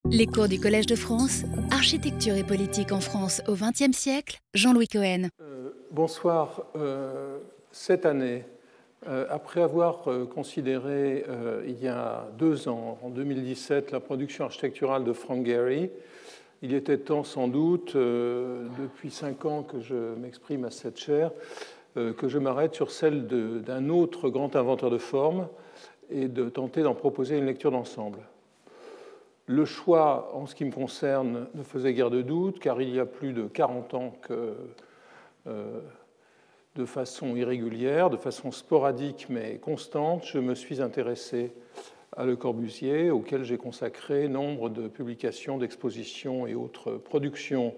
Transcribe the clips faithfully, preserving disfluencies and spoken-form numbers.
Les cours du Collège de France, Architecture et politique en France au vingtième siècle, Jean-Louis Cohen. Euh, bonsoir. Euh, cette année, euh, après avoir euh, considéré euh, il y a deux ans, en deux mille dix-sept, la production architecturale de Frank Gehry, il était temps sans doute, euh, depuis cinq ans que je m'exprime à cette chaire, euh, que je m'arrête sur celle de, d'un autre grand inventeur de formes et de tenter d'en proposer une lecture d'ensemble. Le choix, en ce qui me concerne, ne faisait guère de doute, car il y a plus de quarante ans que, euh, de façon irrégulière, de façon sporadique mais constante, je me suis intéressé à Le Corbusier, auquel j'ai consacré nombre de publications, d'expositions et autres productions.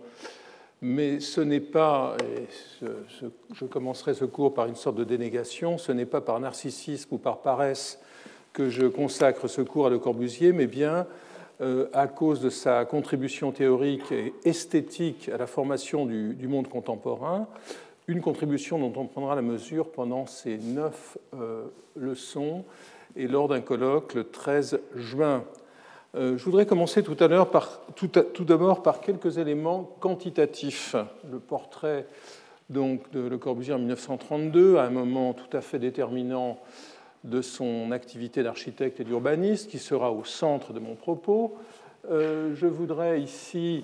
Mais ce n'est pas, et ce, ce, je commencerai ce cours par une sorte de dénégation, ce n'est pas par narcissisme ou par paresse que je consacre ce cours à Le Corbusier, mais bien Euh, à cause de sa contribution théorique et esthétique à la formation du, du monde contemporain, une contribution dont on prendra la mesure pendant ces neuf euh, leçons et lors d'un colloque le treize juin. Euh, je voudrais commencer tout à l'heure par, tout, à, tout d'abord par quelques éléments quantitatifs. Le portrait donc, de Le Corbusier en mille neuf cent trente-deux, à un moment tout à fait déterminant de son activité d'architecte et d'urbaniste, qui sera au centre de mon propos. Euh, je voudrais ici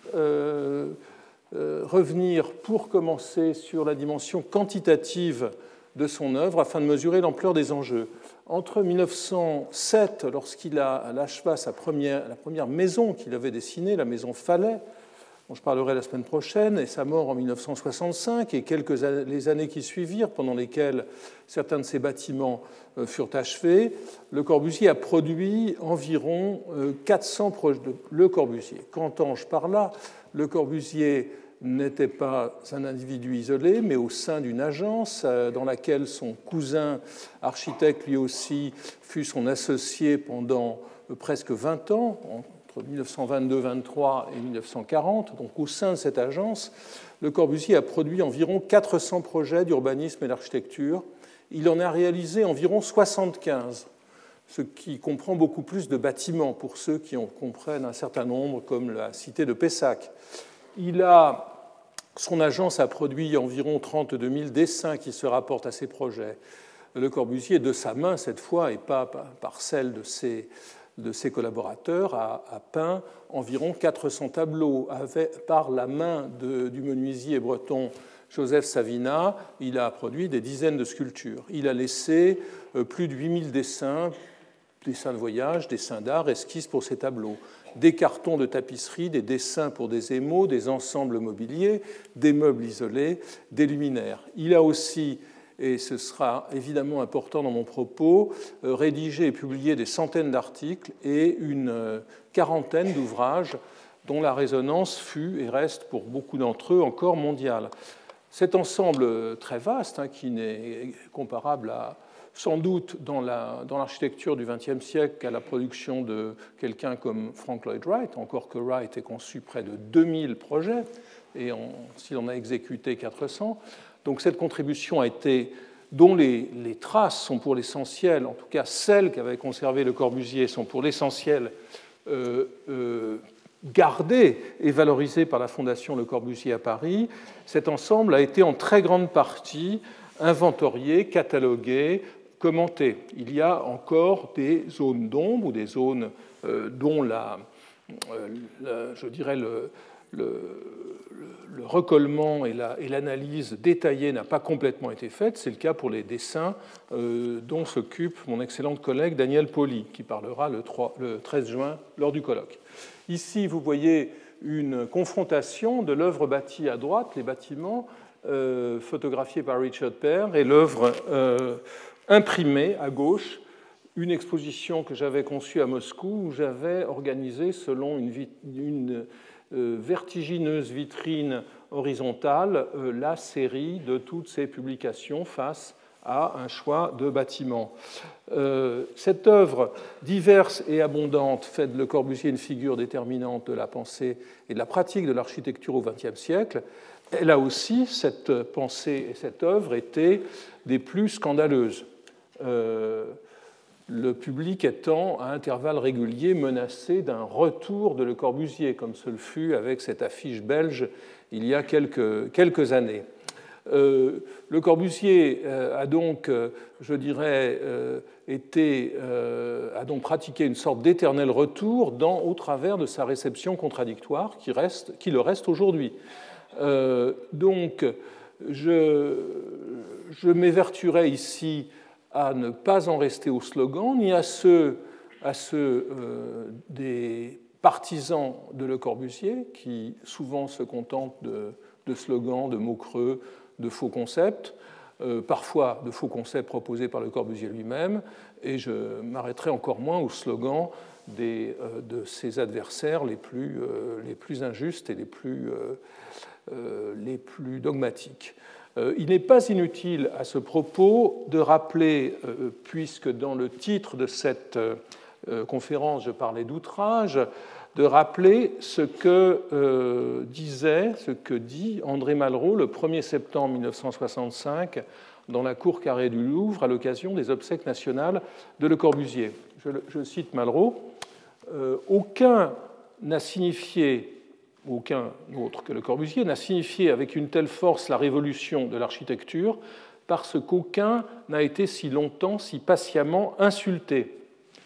euh, euh, revenir, pour commencer, sur la dimension quantitative de son œuvre, afin de mesurer l'ampleur des enjeux. Entre mille neuf cent sept, lorsqu'il a acheva sa première, la première maison qu'il avait dessinée, la maison Fallet, dont je parlerai la semaine prochaine, et sa mort en mille neuf cent soixante-cinq, et quelques les années qui suivirent, pendant lesquelles certains de ses bâtiments furent achevés, Le Corbusier a produit environ quatre cents projets. Le Corbusier. Qu'entends-je par là ? Le Corbusier n'était pas un individu isolé, mais au sein d'une agence dans laquelle son cousin architecte, lui aussi, fut son associé pendant presque vingt ans, entre mille neuf cent vingt-deux vingt-trois et mille neuf cent quarante. Donc, au sein de cette agence, Le Corbusier a produit environ quatre cents projets d'urbanisme et d'architecture. Il en a réalisé environ soixante-quinze, ce qui comprend beaucoup plus de bâtiments pour ceux qui en comprennent un certain nombre, comme la cité de Pessac. Il a, son agence a produit environ trente-deux mille dessins qui se rapportent à ses projets. Le Corbusier, de sa main cette fois, et pas par celle de ses de ses collaborateurs, a, a peint environ quatre cents tableaux. Avec, par la main de, du menuisier breton Joseph Savina, il a produit des dizaines de sculptures. Il a laissé plus de huit mille dessins, dessins de voyage, dessins d'art, esquisses pour ses tableaux, des cartons de tapisserie, des dessins pour des émaux, des ensembles mobiliers, des meubles isolés, des luminaires. Il a aussi, et ce sera évidemment important dans mon propos, rédigé et publié des centaines d'articles et une quarantaine d'ouvrages dont la résonance fut et reste pour beaucoup d'entre eux encore mondiale. Cet ensemble très vaste, hein, qui n'est comparable à, sans doute dans, la, dans l'architecture du vingtième siècle qu'à la production de quelqu'un comme Frank Lloyd Wright, encore que Wright ait conçu près de deux mille projets, et on, s'il en a exécuté quatre cents. Donc cette contribution a été, dont les, les traces sont pour l'essentiel, en tout cas celles qu'avait conservé Le Corbusier sont pour l'essentiel euh, euh, gardées et valorisées par la Fondation Le Corbusier à Paris. Cet ensemble a été en très grande partie inventorié, catalogué, commenté. Il y a encore des zones d'ombre ou des zones euh, dont la, euh, la, je dirais le Le, le, le recollement et, la, et l'analyse détaillée n'a pas complètement été faite. C'est le cas pour les dessins euh, dont s'occupe mon excellente collègue Daniel Poli, qui parlera le, trois, le treize juin lors du colloque. Ici, vous voyez une confrontation de l'œuvre bâtie à droite, les bâtiments euh, photographiés par Richard Pear, et l'œuvre euh, imprimée à gauche, une exposition que j'avais conçue à Moscou, où j'avais organisé selon une, une vertigineuse vitrine horizontale la série de toutes ces publications face à un choix de bâtiments. Cette œuvre diverse et abondante fait de Le Corbusier une figure déterminante de la pensée et de la pratique de l'architecture au vingtième siècle. Elle a aussi, cette pensée et cette œuvre, été des plus scandaleuses. Euh, le public étant à intervalles réguliers menacé d'un retour de Le Corbusier, comme ce le fut avec cette affiche belge il y a quelques, quelques années. Euh, Le Corbusier euh, a donc, euh, je dirais, euh, été, euh, a donc pratiqué une sorte d'éternel retour dans, au travers de sa réception contradictoire qui, reste, qui le reste aujourd'hui. Euh, donc, je, je m'évertuerai ici à ne pas en rester au slogan, ni à ceux, à ceux euh, des partisans de Le Corbusier, qui souvent se contentent de, de slogans, de mots creux, de faux concepts, euh, parfois de faux concepts proposés par Le Corbusier lui-même, et je m'arrêterai encore moins aux slogans des, euh, de ses adversaires les plus, euh, les plus injustes et les plus, euh, euh, les plus dogmatiques. Euh, il n'est pas inutile à ce propos de rappeler, euh, puisque dans le titre de cette euh, conférence je parlais d'outrage, de rappeler ce que euh, disait, ce que dit André Malraux le premier septembre mille neuf cent soixante-cinq dans la cour carrée du Louvre à l'occasion des obsèques nationales de Le Corbusier. Je, je cite Malraux, euh, « Aucun n'a signifié, aucun autre que Le Corbusier, n'a signifié avec une telle force la révolution de l'architecture parce qu'aucun n'a été si longtemps, si patiemment insulté. »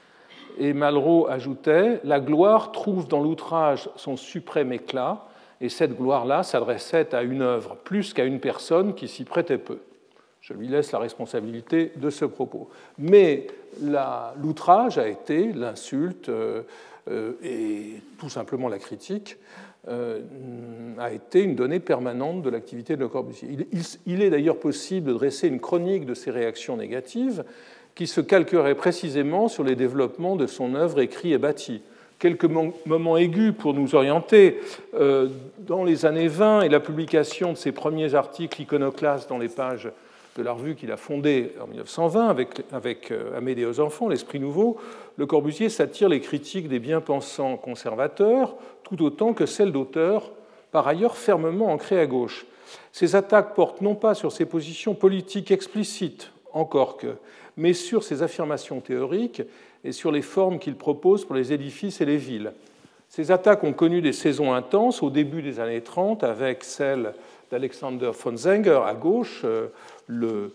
Et Malraux ajoutait « La gloire trouve dans l'outrage son suprême éclat, et cette gloire-là s'adressait à une œuvre plus qu'à une personne qui s'y prêtait peu. » Je lui laisse la responsabilité de ce propos. Mais la, l'outrage a été l'insulte euh, euh, et tout simplement la critique euh, a été une donnée permanente de l'activité de Le Corbusier. Il, il, il est d'ailleurs possible de dresser une chronique de ces réactions négatives qui se calquerait précisément sur les développements de son œuvre écrite et bâtie. Quelques moments aigus pour nous orienter. Euh, dans les années vingt et la publication de ses premiers articles iconoclastes dans les pages de la revue qu'il a fondée en mille neuf cent vingt avec, avec Amédée aux enfants, l'Esprit nouveau, Le Corbusier s'attire les critiques des bien-pensants conservateurs, tout autant que celles d'auteurs, par ailleurs fermement ancrés à gauche. Ces attaques portent non pas sur ses positions politiques explicites, encore que, mais sur ses affirmations théoriques et sur les formes qu'il propose pour les édifices et les villes. Ces attaques ont connu des saisons intenses au début des années trente, avec celle d'Alexander von Zenger à gauche, le,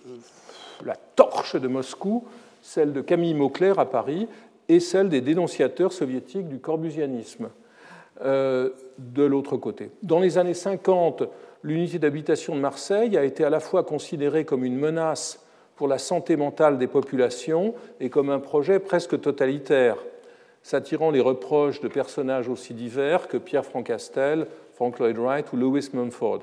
la torche de Moscou, celle de Camille Maucler à Paris, et celle des dénonciateurs soviétiques du corbusianisme euh, de l'autre côté. Dans les années cinquante, l'unité d'habitation de Marseille a été à la fois considérée comme une menace pour la santé mentale des populations et comme un projet presque totalitaire, s'attirant les reproches de personnages aussi divers que Pierre Francastel, Frank Lloyd Wright ou Lewis Mumford.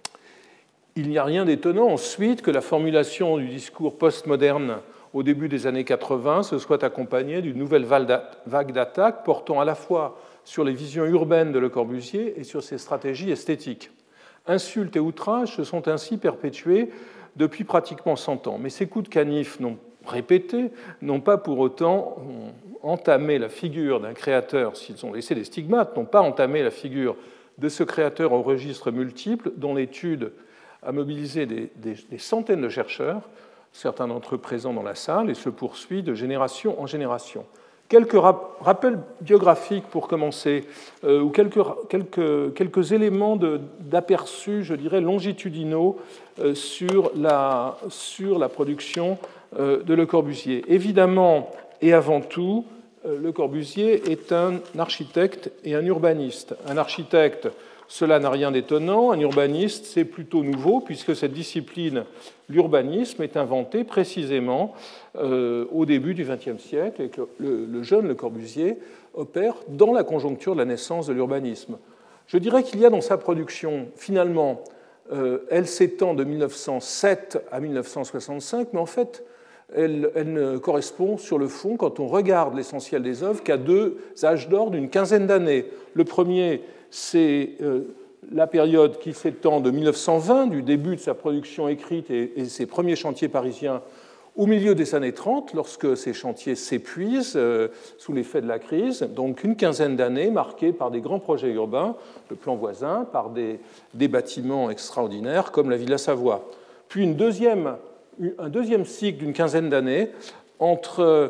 Il n'y a rien d'étonnant ensuite que la formulation du discours postmoderne au début des années quatre-vingts se soit accompagnée d'une nouvelle vague d'attaques portant à la fois sur les visions urbaines de Le Corbusier et sur ses stratégies esthétiques. Insultes et outrages se sont ainsi perpétués depuis pratiquement cent ans. Mais ces coups de canif non répétés n'ont pas pour autant entamé la figure d'un créateur, s'ils ont laissé des stigmates, n'ont pas entamé la figure de ce créateur au registre multiple dont l'étude a mobilisé des, des, des centaines de chercheurs, certains d'entre eux présents dans la salle, et se poursuit de génération en génération. Quelques rappels biographiques pour commencer, euh, ou quelques, quelques, quelques éléments de, d'aperçu, je dirais, longitudinaux euh, sur, la, sur la production euh, de Le Corbusier. Évidemment, et avant tout, euh, Le Corbusier est un architecte et un urbaniste. Un architecte, cela n'a rien d'étonnant. Un urbaniste, c'est plutôt nouveau, puisque cette discipline, l'urbanisme, est inventée précisément euh, au début du vingtième siècle, et que le, le jeune Le Corbusier opère dans la conjoncture de la naissance de l'urbanisme. Je dirais qu'il y a dans sa production, finalement, euh, elle s'étend de mille neuf cent sept à mille neuf cent soixante-cinq, mais en fait, elle, elle ne correspond sur le fond, quand on regarde l'essentiel des œuvres, qu'à deux âges d'or d'une quinzaine d'années. Le premier, c'est euh, la période qui s'étend de mille neuf cent vingt, du début de sa production écrite et, et ses premiers chantiers parisiens, au milieu des années trente, lorsque ces chantiers s'épuisent euh, sous l'effet de la crise. Donc une quinzaine d'années marquées par des grands projets urbains, le plan voisin, par des, des bâtiments extraordinaires comme la Villa Savoie. Puis une deuxième, un deuxième cycle d'une quinzaine d'années entre,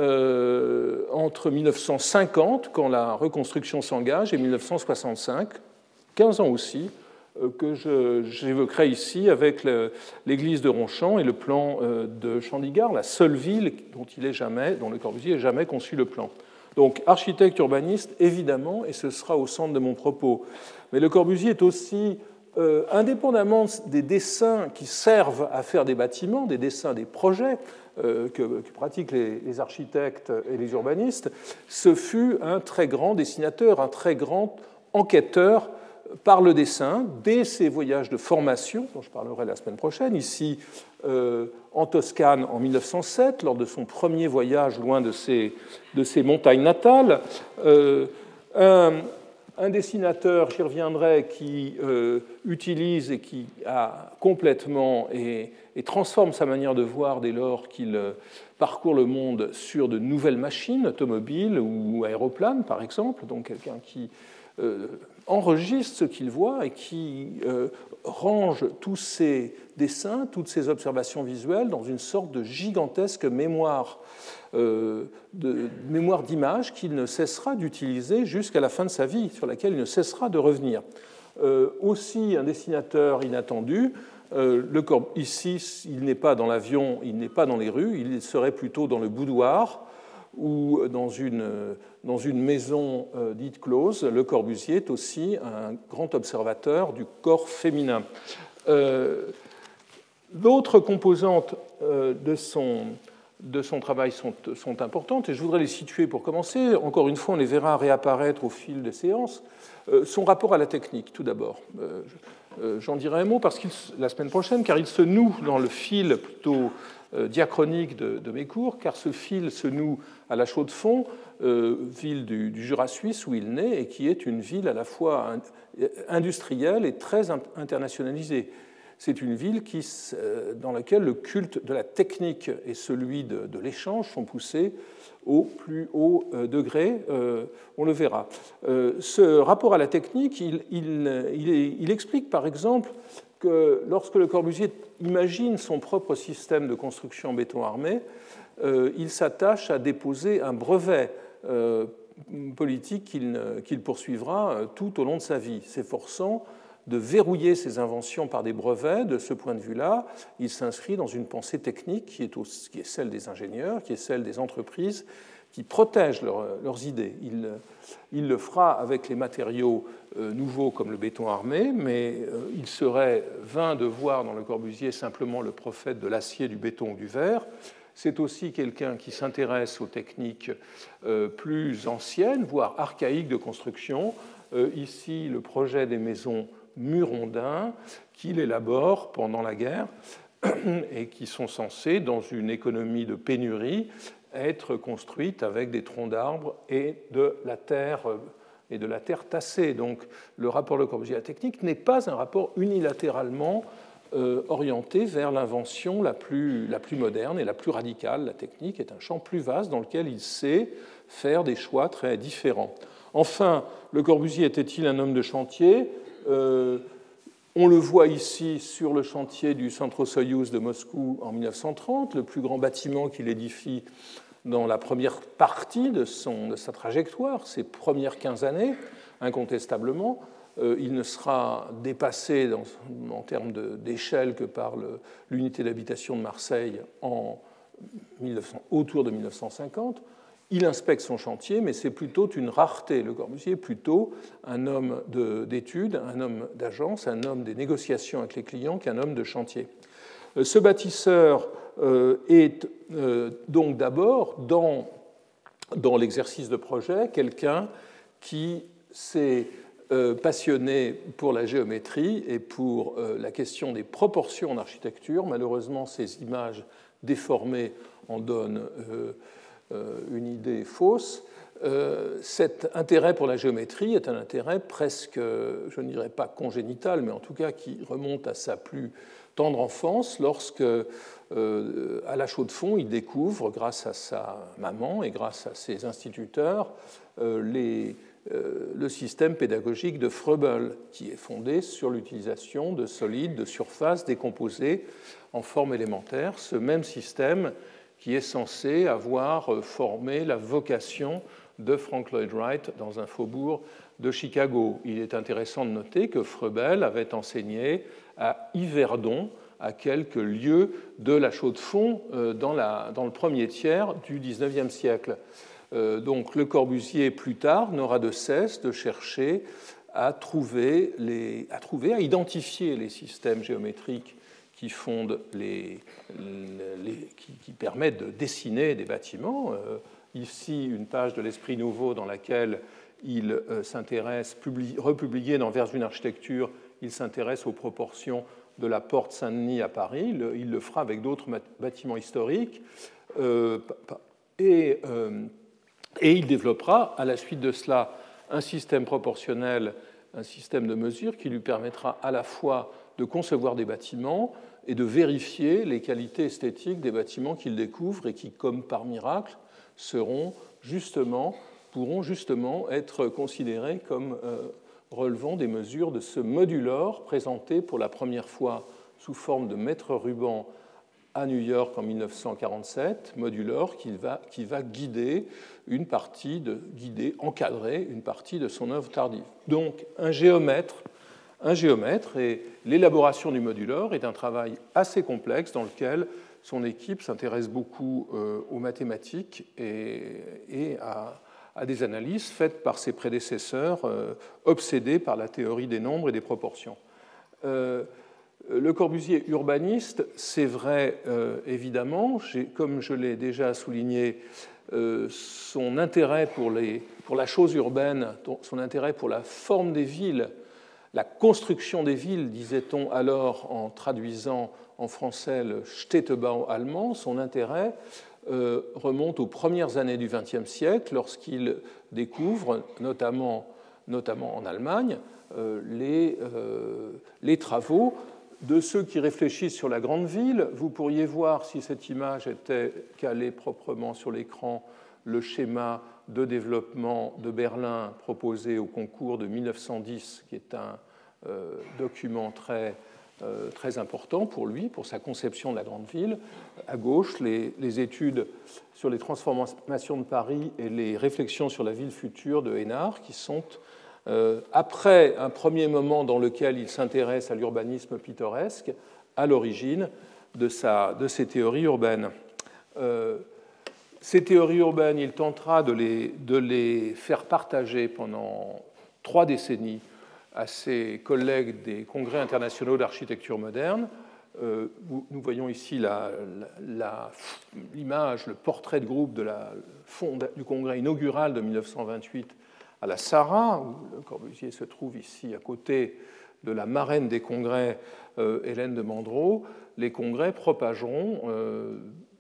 euh, entre mille neuf cent cinquante, quand la reconstruction s'engage, et mille neuf cent soixante-cinq, quinze ans aussi, euh, que je, j'évoquerai ici avec le, l'église de Ronchamp et le plan euh, de Chandigarh, la seule ville dont, il est jamais, dont Le Corbusier ait jamais conçu le plan. Donc, architecte urbaniste, évidemment, et ce sera au centre de mon propos. Mais Le Corbusier est aussi, euh, indépendamment des dessins qui servent à faire des bâtiments, des dessins, des projets euh, que, que pratiquent les, les architectes et les urbanistes, ce fut un très grand dessinateur, un très grand enquêteur par le dessin, dès ses voyages de formation, dont je parlerai la semaine prochaine, ici euh, en Toscane en mille neuf cent sept, lors de son premier voyage loin de ses, de ses montagnes natales. Euh, un, un dessinateur, j'y reviendrai, qui euh, utilise et qui a complètement et, et transforme sa manière de voir dès lors qu'il euh, parcourt le monde sur de nouvelles machines, automobiles ou aéroplanes par exemple, donc quelqu'un qui euh, enregistre ce qu'il voit et qui euh, range tous ses dessins, toutes ses observations visuelles dans une sorte de gigantesque mémoire, euh, de, mémoire d'images qu'il ne cessera d'utiliser jusqu'à la fin de sa vie, sur laquelle il ne cessera de revenir. Euh, aussi un dessinateur inattendu, euh, le Corb... ici il n'est pas dans l'avion, il n'est pas dans les rues, il serait plutôt dans le boudoir, ou dans une, dans une maison euh, dite close. Le Corbusier est aussi un grand observateur du corps féminin. Euh, d'autres composantes euh, de, son, de son travail sont, sont importantes, et je voudrais les situer pour commencer. Encore une fois, on les verra réapparaître au fil des séances. Euh, son rapport à la technique, tout d'abord. Euh, euh, j'en dirai un mot parce qu'il, la semaine prochaine, car il se noue dans le fil plutôt diachronique de, de mes cours, car ce fil se noue à La Chaux-de-Fonds, euh, ville du, du Jura suisse où il naît, et qui est une ville à la fois industrielle et très internationalisée. C'est une ville qui, dans laquelle le culte de la technique et celui de, de l'échange sont poussés au plus haut degré, euh, on le verra. Euh, ce rapport à la technique, il, il, il, est, il explique par exemple que lorsque Le Corbusier imagine son propre système de construction en béton armé, euh, il s'attache à déposer un brevet euh, politique qu'il, qu'il poursuivra tout au long de sa vie, s'efforçant de verrouiller ses inventions par des brevets. De ce point de vue-là, il s'inscrit dans une pensée technique qui est, aussi, qui est celle des ingénieurs, qui est celle des entreprises, qui protègent leur, leurs idées. Il, il le fera avec les matériaux euh, nouveaux comme le béton armé, mais euh, il serait vain de voir dans Le Corbusier simplement le prophète de l'acier, du béton ou du verre. C'est aussi quelqu'un qui s'intéresse aux techniques euh, plus anciennes, voire archaïques de construction. Euh, ici, le projet des maisons Murondin, qu'il élabore pendant la guerre et qui sont censées, dans une économie de pénurie, être construites avec des troncs d'arbres et de la terre et de la terre tassée. Donc, le rapport Le Corbusier à la technique n'est pas un rapport unilatéralement euh, orienté vers l'invention la plus, la plus moderne et la plus radicale. La technique est un champ plus vaste dans lequel il sait faire des choix très différents. Enfin, Le Corbusier était-il un homme de chantier ? euh, On le voit ici sur le chantier du Centro-Soyouz de Moscou en mille neuf cent trente, le plus grand bâtiment qu'il édifie dans la première partie de, son, de sa trajectoire, ses premières quinze années, incontestablement. Euh, il ne sera dépassé dans, en termes de, d'échelle que par le, l'unité d'habitation de Marseille en mille neuf cents, autour de mille neuf cent cinquante. Il inspecte son chantier, mais c'est plutôt une rareté. Le Corbusier est plutôt un homme de, d'études, un homme d'agence, un homme des négociations avec les clients qu'un homme de chantier. Ce bâtisseur euh, est euh, donc d'abord, dans, dans l'exercice de projet, quelqu'un qui s'est euh, passionné pour la géométrie et pour euh, la question des proportions en architecture. Malheureusement, ces images déformées en donnent euh, une idée fausse. Euh, cet intérêt pour la géométrie est un intérêt presque, je ne dirais pas congénital, mais en tout cas qui remonte à sa plus tendre enfance, lorsque, euh, à La Chaux-de-Fonds, il découvre, grâce à sa maman et grâce à ses instituteurs, euh, les, euh, le système pédagogique de Froebel, qui est fondé sur l'utilisation de solides, de surfaces décomposées en forme élémentaire. Ce même système qui est censé avoir formé la vocation de Frank Lloyd Wright dans un faubourg de Chicago. Il est intéressant de noter que Froebel avait enseigné à Yverdon, à quelques lieues de la Chaux-de-Fonds, dans, la, dans le premier tiers du dix-neuvième siècle. Donc Le Corbusier, plus tard, n'aura de cesse de chercher à trouver, les, à trouver, à identifier les systèmes géométriques qui fondent les, les qui, qui permettent de dessiner des bâtiments. Euh, ici, une page de l'Esprit nouveau dans laquelle il euh, s'intéresse, publié, republié dans Vers une architecture, il s'intéresse aux proportions de la porte Saint-Denis à Paris. Le, il le fera avec d'autres bâtiments historiques. Euh, et, euh, et il développera, à la suite de cela, un système proportionnel, un système de mesure qui lui permettra à la fois de concevoir des bâtiments et de vérifier les qualités esthétiques des bâtiments qu'il découvre et qui, comme par miracle, seront justement, pourront justement être considérés comme euh, relevant des mesures de ce modulor présenté pour la première fois sous forme de mètre ruban à New York en mille neuf cent quarante-sept, modulor qui va, qui va guider une partie, de, guider, encadrer une partie de son œuvre tardive. Donc un géomètre, un géomètre et l'élaboration du modulor est un travail assez complexe dans lequel son équipe s'intéresse beaucoup euh, aux mathématiques et, et à, à des analyses faites par ses prédécesseurs euh, obsédés par la théorie des nombres et des proportions. Euh, Le Corbusier urbaniste, c'est vrai euh, évidemment, comme je l'ai déjà souligné, euh, son intérêt pour, les, pour la chose urbaine, son intérêt pour la forme des villes, la construction des villes, disait-on alors en traduisant en français le Städtebau allemand, son intérêt euh, remonte aux premières années du vingtième siècle lorsqu'il découvre, notamment, notamment en Allemagne, euh, les, euh, les travaux de ceux qui réfléchissent sur la grande ville. Vous pourriez voir, si cette image était calée proprement sur l'écran, le schéma de développement de Berlin proposé au concours de mille neuf cent dix, qui est un euh, document très, euh, très important pour lui, pour sa conception de la grande ville. À gauche, les, les études sur les transformations de Paris et les réflexions sur la ville future de Hénard, qui sont Euh, après un premier moment dans lequel il s'intéresse à l'urbanisme pittoresque, à l'origine de, sa, de ses théories urbaines. Euh, ces théories urbaines, il tentera de les, de les faire partager pendant trois décennies à ses collègues des congrès internationaux d'architecture moderne. Euh, nous voyons ici la, la, l'image, le portrait de groupe de la, du congrès inaugural de mille neuf cent vingt-huit à la Sarraz, où Le Corbusier se trouve ici à côté de la marraine des congrès, euh, Hélène de Mandreau. Les congrès propageront euh,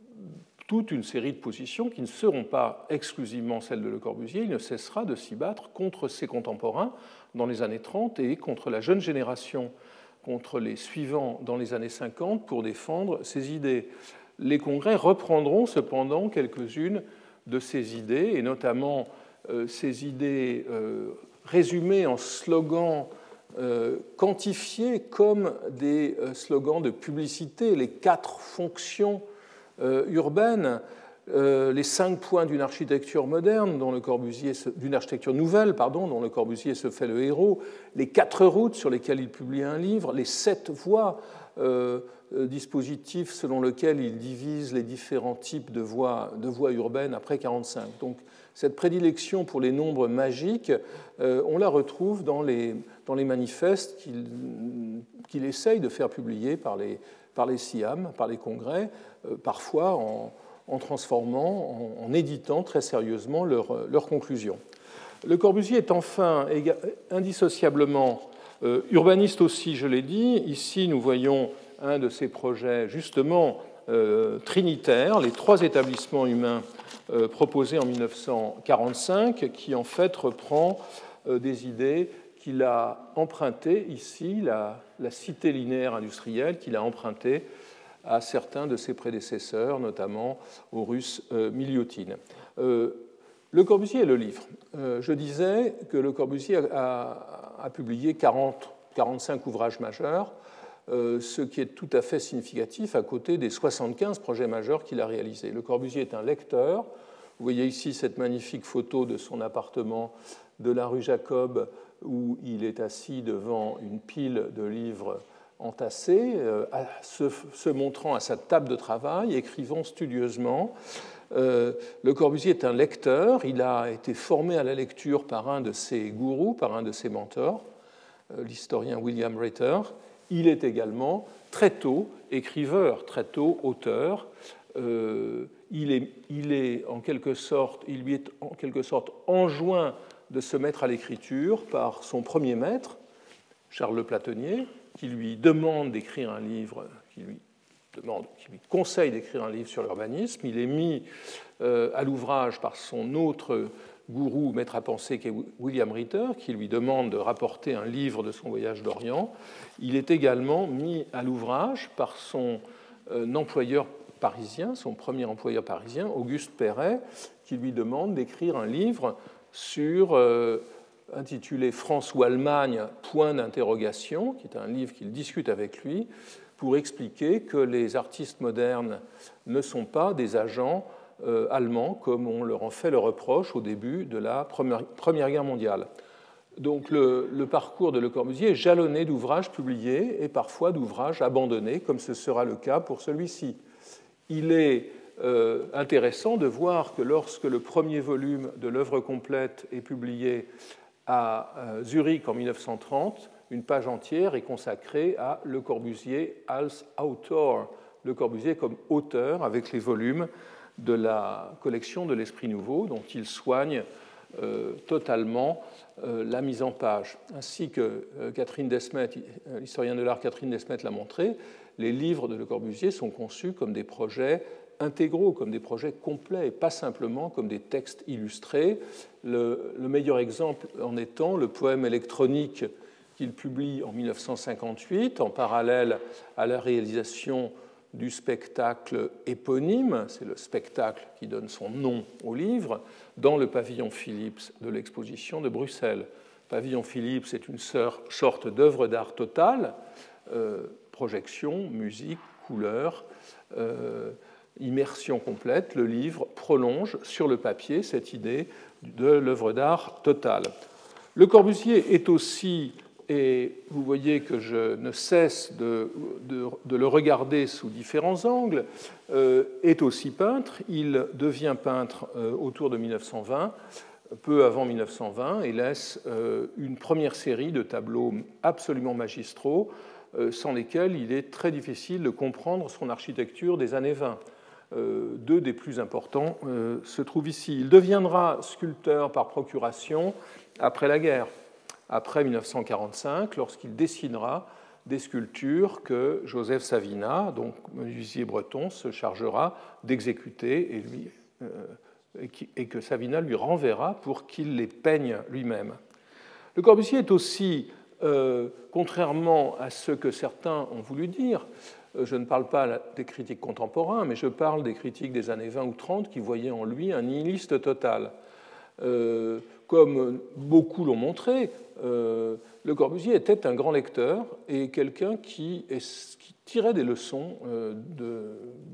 toute une série de positions qui ne seront pas exclusivement celles de Le Corbusier. Il ne cessera de s'y battre contre ses contemporains dans les années trente et contre la jeune génération, contre les suivants dans les années cinquante, pour défendre ses idées. Les congrès reprendront cependant quelques-unes de ces idées, et notamment Euh, ces idées euh, résumées en slogans euh, quantifiés comme des euh, slogans de publicité, les quatre fonctions euh, urbaines, euh, les cinq points d'une architecture moderne, dont Le Corbusier se, d'une architecture nouvelle, pardon, dont Le Corbusier se fait le héros, les quatre routes sur lesquelles il publie un livre, les sept voies, euh, dispositif selon lequel il divise les différents types de voies, de voies urbaines après quarante-cinq. Donc, cette prédilection pour les nombres magiques, euh, on la retrouve dans les, dans les manifestes qu'il, qu'il essaye de faire publier par les, par les S I A M, par les congrès, euh, parfois en, en transformant, en, en éditant très sérieusement leurs leur conclusions. Le Corbusier est enfin indissociablement euh, urbaniste aussi, je l'ai dit. Ici, nous voyons un de ses projets justement euh, trinitaires, les trois établissements humains euh, proposés en mille neuf cent quarante-cinq, qui en fait reprend euh, des idées qu'il a empruntées ici, la, la cité linéaire industrielle, qu'il a empruntée à certains de ses prédécesseurs, notamment au russe euh, Milioutine. Euh, Le Corbusier et le livre. Euh, je disais que Le Corbusier a, a, a publié quarante, quarante-cinq ouvrages majeurs. euh, ce qui est tout à fait significatif à côté des soixante-quinze projets majeurs qu'il a réalisés. Le Corbusier est un lecteur. Vous voyez ici cette magnifique photo de son appartement de la rue Jacob, où il est assis devant une pile de livres entassés, euh, se, se montrant à sa table de travail, écrivant studieusement. Euh, Le Corbusier est un lecteur. Il a été formé à la lecture par un de ses gourous, par un de ses mentors, euh, l'historien William Ritter. Il est également très tôt écriveur, très tôt auteur. Euh, il, est, il est en quelque sorte, il lui est en quelque sorte enjoint de se mettre à l'écriture par son premier maître, Charles Le Platonnier, qui lui demande d'écrire un livre, qui lui demande, qui lui conseille d'écrire un livre sur l'urbanisme. Il est mis euh, à l'ouvrage par son autre gourou, maître à penser, qui est William Ritter, qui lui demande de rapporter un livre de son voyage d'Orient. Il est également mis à l'ouvrage par son euh, employeur parisien, son premier employeur parisien, Auguste Perret, qui lui demande d'écrire un livre sur, euh, intitulé France ou Allemagne, point d'interrogation, qui est un livre qu'il discute avec lui, pour expliquer que les artistes modernes ne sont pas des agents euh, allemands, comme on leur en fait le reproche au début de la Première, Première Guerre mondiale. Donc le, le parcours de Le Corbusier est jalonné d'ouvrages publiés et parfois d'ouvrages abandonnés, comme ce sera le cas pour celui-ci. Il est euh, intéressant de voir que lorsque le premier volume de l'œuvre complète est publié à euh, Zurich en mille neuf cent trente, une page entière est consacrée à Le Corbusier als Autor, Le Corbusier comme auteur, avec les volumes de la collection de l'Esprit Nouveau, dont il soigne euh, totalement euh, la mise en page. Ainsi que euh, Catherine Desmet, l'historienne de l'art Catherine Desmet l'a montré, les livres de Le Corbusier sont conçus comme des projets intégraux, comme des projets complets, et pas simplement comme des textes illustrés. Le, le meilleur exemple en étant le poème électronique qu'il publie en mille neuf cent cinquante-huit, en parallèle à la réalisation du spectacle éponyme, c'est le spectacle qui donne son nom au livre, dans le pavillon Phillips de l'exposition de Bruxelles. Pavillon Phillips est une sorte d'œuvre d'art totale, euh, projection, musique, couleurs, euh, immersion complète. Le livre prolonge sur le papier cette idée de l'œuvre d'art totale. Le Corbusier est aussi, et vous voyez que je ne cesse de, de, de le regarder sous différents angles, euh, est aussi peintre. Il devient peintre euh, autour de mille neuf cent vingt, peu avant mille neuf cent vingt, et laisse euh, une première série de tableaux absolument magistraux, euh, sans lesquels il est très difficile de comprendre son architecture des années vingt. Euh, deux des plus importants euh, se trouvent ici. Il deviendra sculpteur par procuration après la guerre, après mille neuf cent quarante-cinq, lorsqu'il dessinera des sculptures que Joseph Savina, donc menuisier breton, se chargera d'exécuter et, lui, euh, et, qui, et que Savina lui renverra pour qu'il les peigne lui-même. Le Corbusier est aussi, euh, contrairement à ce que certains ont voulu dire, je ne parle pas des critiques contemporains, mais je parle des critiques des années vingt ou trente qui voyaient en lui un nihiliste total. Euh, comme beaucoup l'ont montré, euh, Le Corbusier était un grand lecteur et quelqu'un qui, est, qui tirait des leçons euh, de,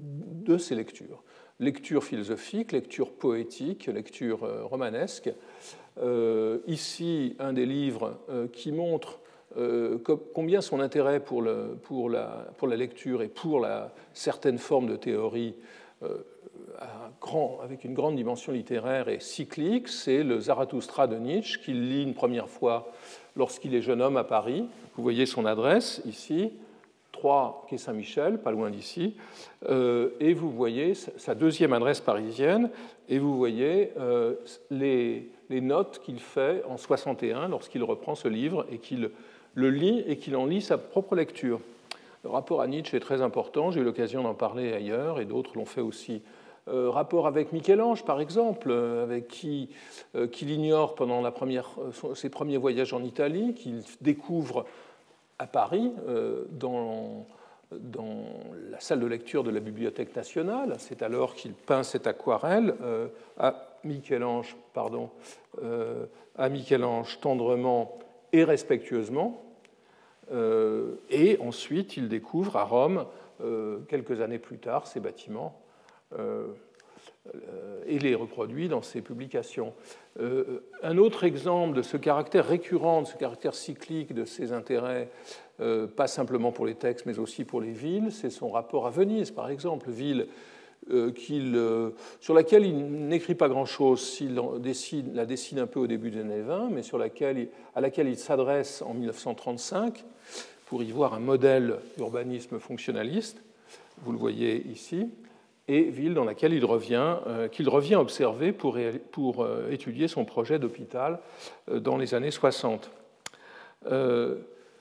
de ses lectures. Lecture philosophique, lecture poétique, lecture euh, romanesque. Euh, ici, un des livres euh, qui montre Euh, combien son intérêt pour, le, pour, la, pour la lecture et pour la, certaines formes de théorie euh, un grand, avec une grande dimension littéraire et cyclique, c'est le Zarathustra de Nietzsche qu'il lit une première fois lorsqu'il est jeune homme à Paris. Vous voyez son adresse ici, trois quai Saint-Michel, pas loin d'ici, euh, et vous voyez sa deuxième adresse parisienne, et vous voyez euh, les, les notes qu'il fait en soixante et un lorsqu'il reprend ce livre et qu'il le lit et qu'il en lit sa propre lecture. Le rapport à Nietzsche est très important, j'ai eu l'occasion d'en parler ailleurs, et d'autres l'ont fait aussi. Euh, rapport avec Michel-Ange, par exemple, euh, avec qui euh, qu'il ignore pendant la première, euh, ses premiers voyages en Italie, qu'il découvre à Paris, euh, dans, dans la salle de lecture de la Bibliothèque nationale. C'est alors qu'il peint cette aquarelle euh, à Michel-Ange, pardon, euh, à Michel-Ange tendrement et respectueusement. Euh, et ensuite, il découvre à Rome, euh, quelques années plus tard, ces bâtiments euh, euh, et les reproduit dans ses publications. Euh, un autre exemple de ce caractère récurrent, de ce caractère cyclique de ses intérêts, euh, pas simplement pour les textes, mais aussi pour les villes, c'est son rapport à Venise, par exemple, ville euh, qu'il, euh, sur laquelle il n'écrit pas grand-chose, il dessine, la dessine un peu au début des années vingt, mais sur laquelle, à laquelle il s'adresse en mille neuf cent trente-cinq pour y voir un modèle d'urbanisme fonctionnaliste, vous le voyez ici, et ville dans laquelle il revient, euh, qu'il revient observer pour, pour euh, étudier son projet d'hôpital euh, dans les années soixante. Euh,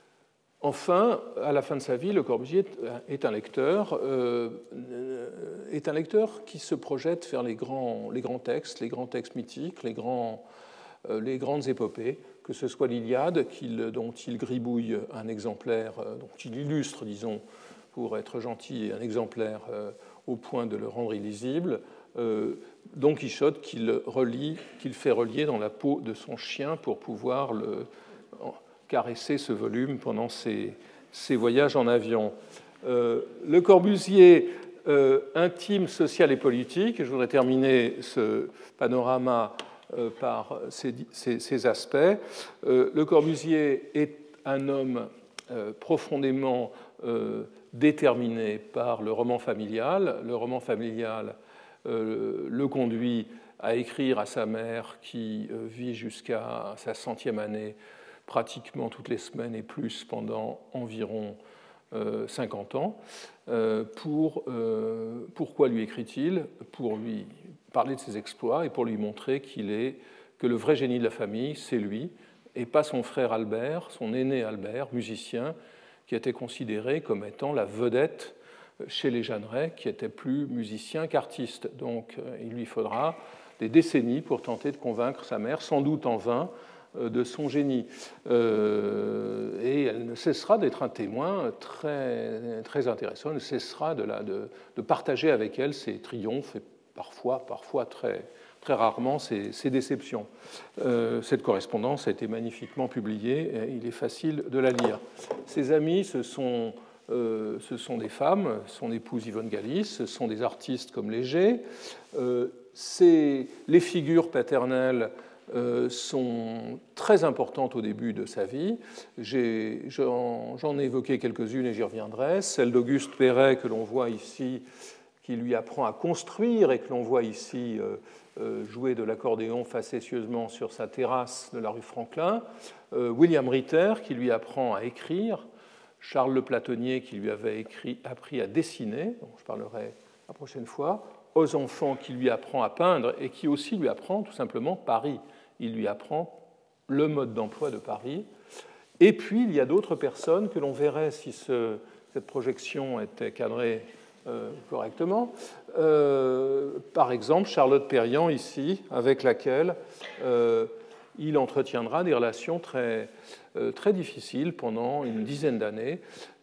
enfin, à la fin de sa vie, Le Corbusier est un lecteur, euh, est un lecteur qui se projette vers les grands, les grands textes, les grands textes mythiques, les, grands, euh, les grandes épopées, que ce soit l'Iliade, dont il gribouille un exemplaire, euh, dont il illustre, disons, pour être gentil, un exemplaire euh, au point de le rendre illisible, euh, Don Quichotte qu'il relie, qu'il fait relier dans la peau de son chien pour pouvoir le, caresser ce volume pendant ses, ses voyages en avion. Euh, le Corbusier euh, intime, social et politique, je voudrais terminer ce panorama euh, par ces, ces, ces aspects. Euh, le Corbusier est un homme euh, profondément euh, déterminé par le roman familial. Le roman familial euh, le conduit à écrire à sa mère qui euh, vit jusqu'à sa centième année pratiquement toutes les semaines et plus pendant environ euh, cinquante ans. Euh, pour, euh, pourquoi lui écrit-il? Pour lui parler de ses exploits et pour lui montrer qu'il est, que le vrai génie de la famille, c'est lui, et pas son frère Albert, son aîné Albert, musicien, qui était considéré comme étant la vedette chez les Jeanneret, qui était plus musicien qu'artiste. Donc il lui faudra des décennies pour tenter de convaincre sa mère, sans doute en vain, de son génie. Euh, et elle ne cessera d'être un témoin très, très intéressant, elle ne cessera de, la, de, de partager avec elle ses triomphes et parfois, parfois très, très rarement ses, ses déceptions. Euh, cette correspondance a été magnifiquement publiée et il est facile de la lire. Ses amis, ce sont, euh, ce sont des femmes, son épouse Yvonne Galis, ce sont des artistes comme Léger. Euh, c'est, les figures paternelles Euh, sont très importantes au début de sa vie. J'ai, j'en, j'en ai évoqué quelques-unes et j'y reviendrai. Celle d'Auguste Perret que l'on voit ici, qui lui apprend à construire et que l'on voit ici euh, euh, jouer de l'accordéon facétieusement sur sa terrasse de la rue Franklin. Euh, William Ritter qui lui apprend à écrire. Charles Le Platonnier qui lui avait écrit, appris à dessiner, dont je parlerai la prochaine fois. Aux enfants qui lui apprend à peindre et qui aussi lui apprend tout simplement Paris. Il lui apprend le mode d'emploi de Paris. Et puis, il y a d'autres personnes que l'on verrait si ce, cette projection était cadrée euh, correctement. Euh, par exemple, Charlotte Perriand, ici, avec laquelle euh, il entretiendra des relations très, euh, très difficiles pendant une dizaine d'années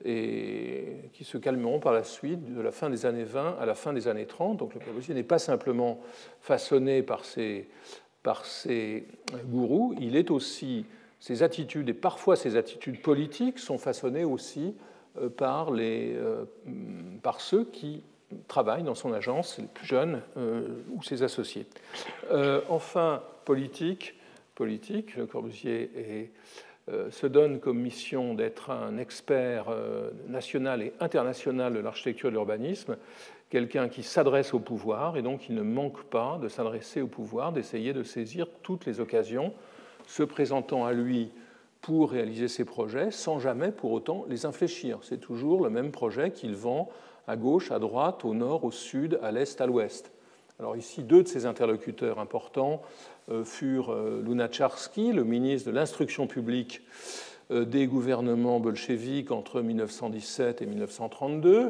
et qui se calmeront par la suite, de la fin des années vingt à la fin des années trente. Donc, le Corbusier n'est pas simplement façonné par ses par ses gourous, il est aussi, ses attitudes, et parfois ses attitudes politiques, sont façonnées aussi par, les, par ceux qui travaillent dans son agence, les plus jeunes euh, ou ses associés. Euh, enfin, politique, politique, Le Corbusier est, euh, se donne comme mission d'être un expert euh, national et international de l'architecture et de l'urbanisme, quelqu'un qui s'adresse au pouvoir et donc il ne manque pas de s'adresser au pouvoir, d'essayer de saisir toutes les occasions se présentant à lui pour réaliser ses projets sans jamais pour autant les infléchir. C'est toujours le même projet qu'il vend à gauche, à droite, au nord, au sud, à l'est, à l'ouest. Alors ici, deux de ses interlocuteurs importants euh, furent euh, Lunacharsky, le ministre de l'Instruction publique des gouvernements bolcheviques entre mille neuf cent dix-sept et mille neuf cent trente-deux,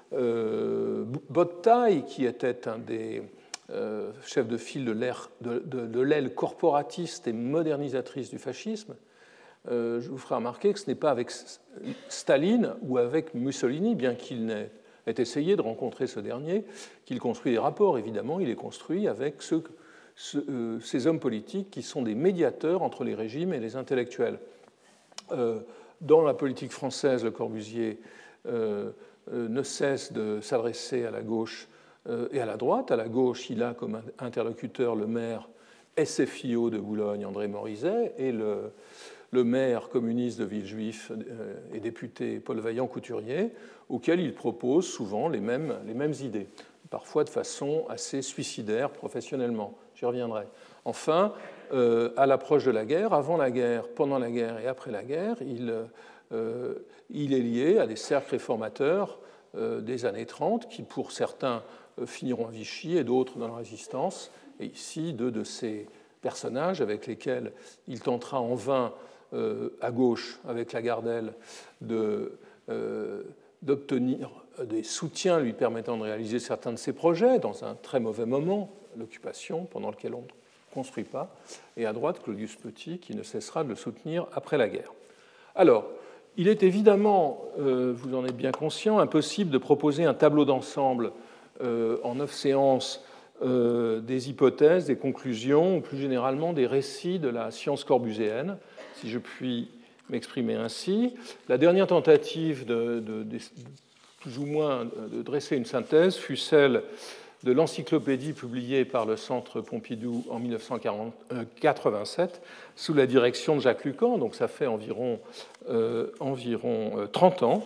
euh, Bottai, qui était un des euh, chefs de file de, l'air, de, de, de l'aile corporatiste et modernisatrice du fascisme. Euh, je vous ferai remarquer que ce n'est pas avec Staline ou avec Mussolini, bien qu'il n'ait essayé de rencontrer ce dernier, qu'il construit des rapports. Évidemment, il est construit avec ceux, ce, euh, ces hommes politiques qui sont des médiateurs entre les régimes et les intellectuels. Euh, dans la politique française, Le Corbusier euh, euh, ne cesse de s'adresser à la gauche euh, et à la droite. À la gauche, il a comme interlocuteur le maire S F I O de Boulogne, André Morizet, et le, le maire communiste de Villejuif euh, et député Paul Vaillant-Couturier, auquel il propose souvent les mêmes, les mêmes idées, parfois de façon assez suicidaire professionnellement. J'y reviendrai. Enfin, euh, à l'approche de la guerre, avant la guerre, pendant la guerre et après la guerre, il, euh, il est lié à des cercles réformateurs euh, des années trente, qui pour certains euh, finiront à Vichy et d'autres dans la Résistance. Et ici, deux de ces personnages avec lesquels il tentera en vain, euh, à gauche, avec Lagardelle, de, euh, d'obtenir des soutiens lui permettant de réaliser certains de ses projets dans un très mauvais moment, l'occupation, pendant lequel on ne construit pas, et à droite, Claudius Petit, qui ne cessera de le soutenir après la guerre. Alors, il est évidemment, euh, vous en êtes bien conscient, impossible de proposer un tableau d'ensemble euh, en neuf séances euh, des hypothèses, des conclusions, ou plus généralement des récits de la science corbusienne, si je puis m'exprimer ainsi. La dernière tentative de, de, de plus ou moins de dresser une synthèse fut celle de l'encyclopédie publiée par le Centre Pompidou en mille neuf cent quatre-vingt-sept sous la direction de Jacques Lucan, donc ça fait environ, euh, environ trente ans,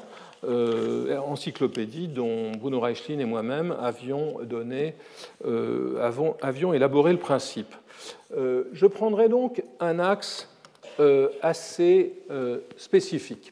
euh, encyclopédie dont Bruno Reichlin et moi-même avions, donné, euh, avons, avions élaboré le principe. Euh, je prendrai donc un axe euh, assez euh, spécifique.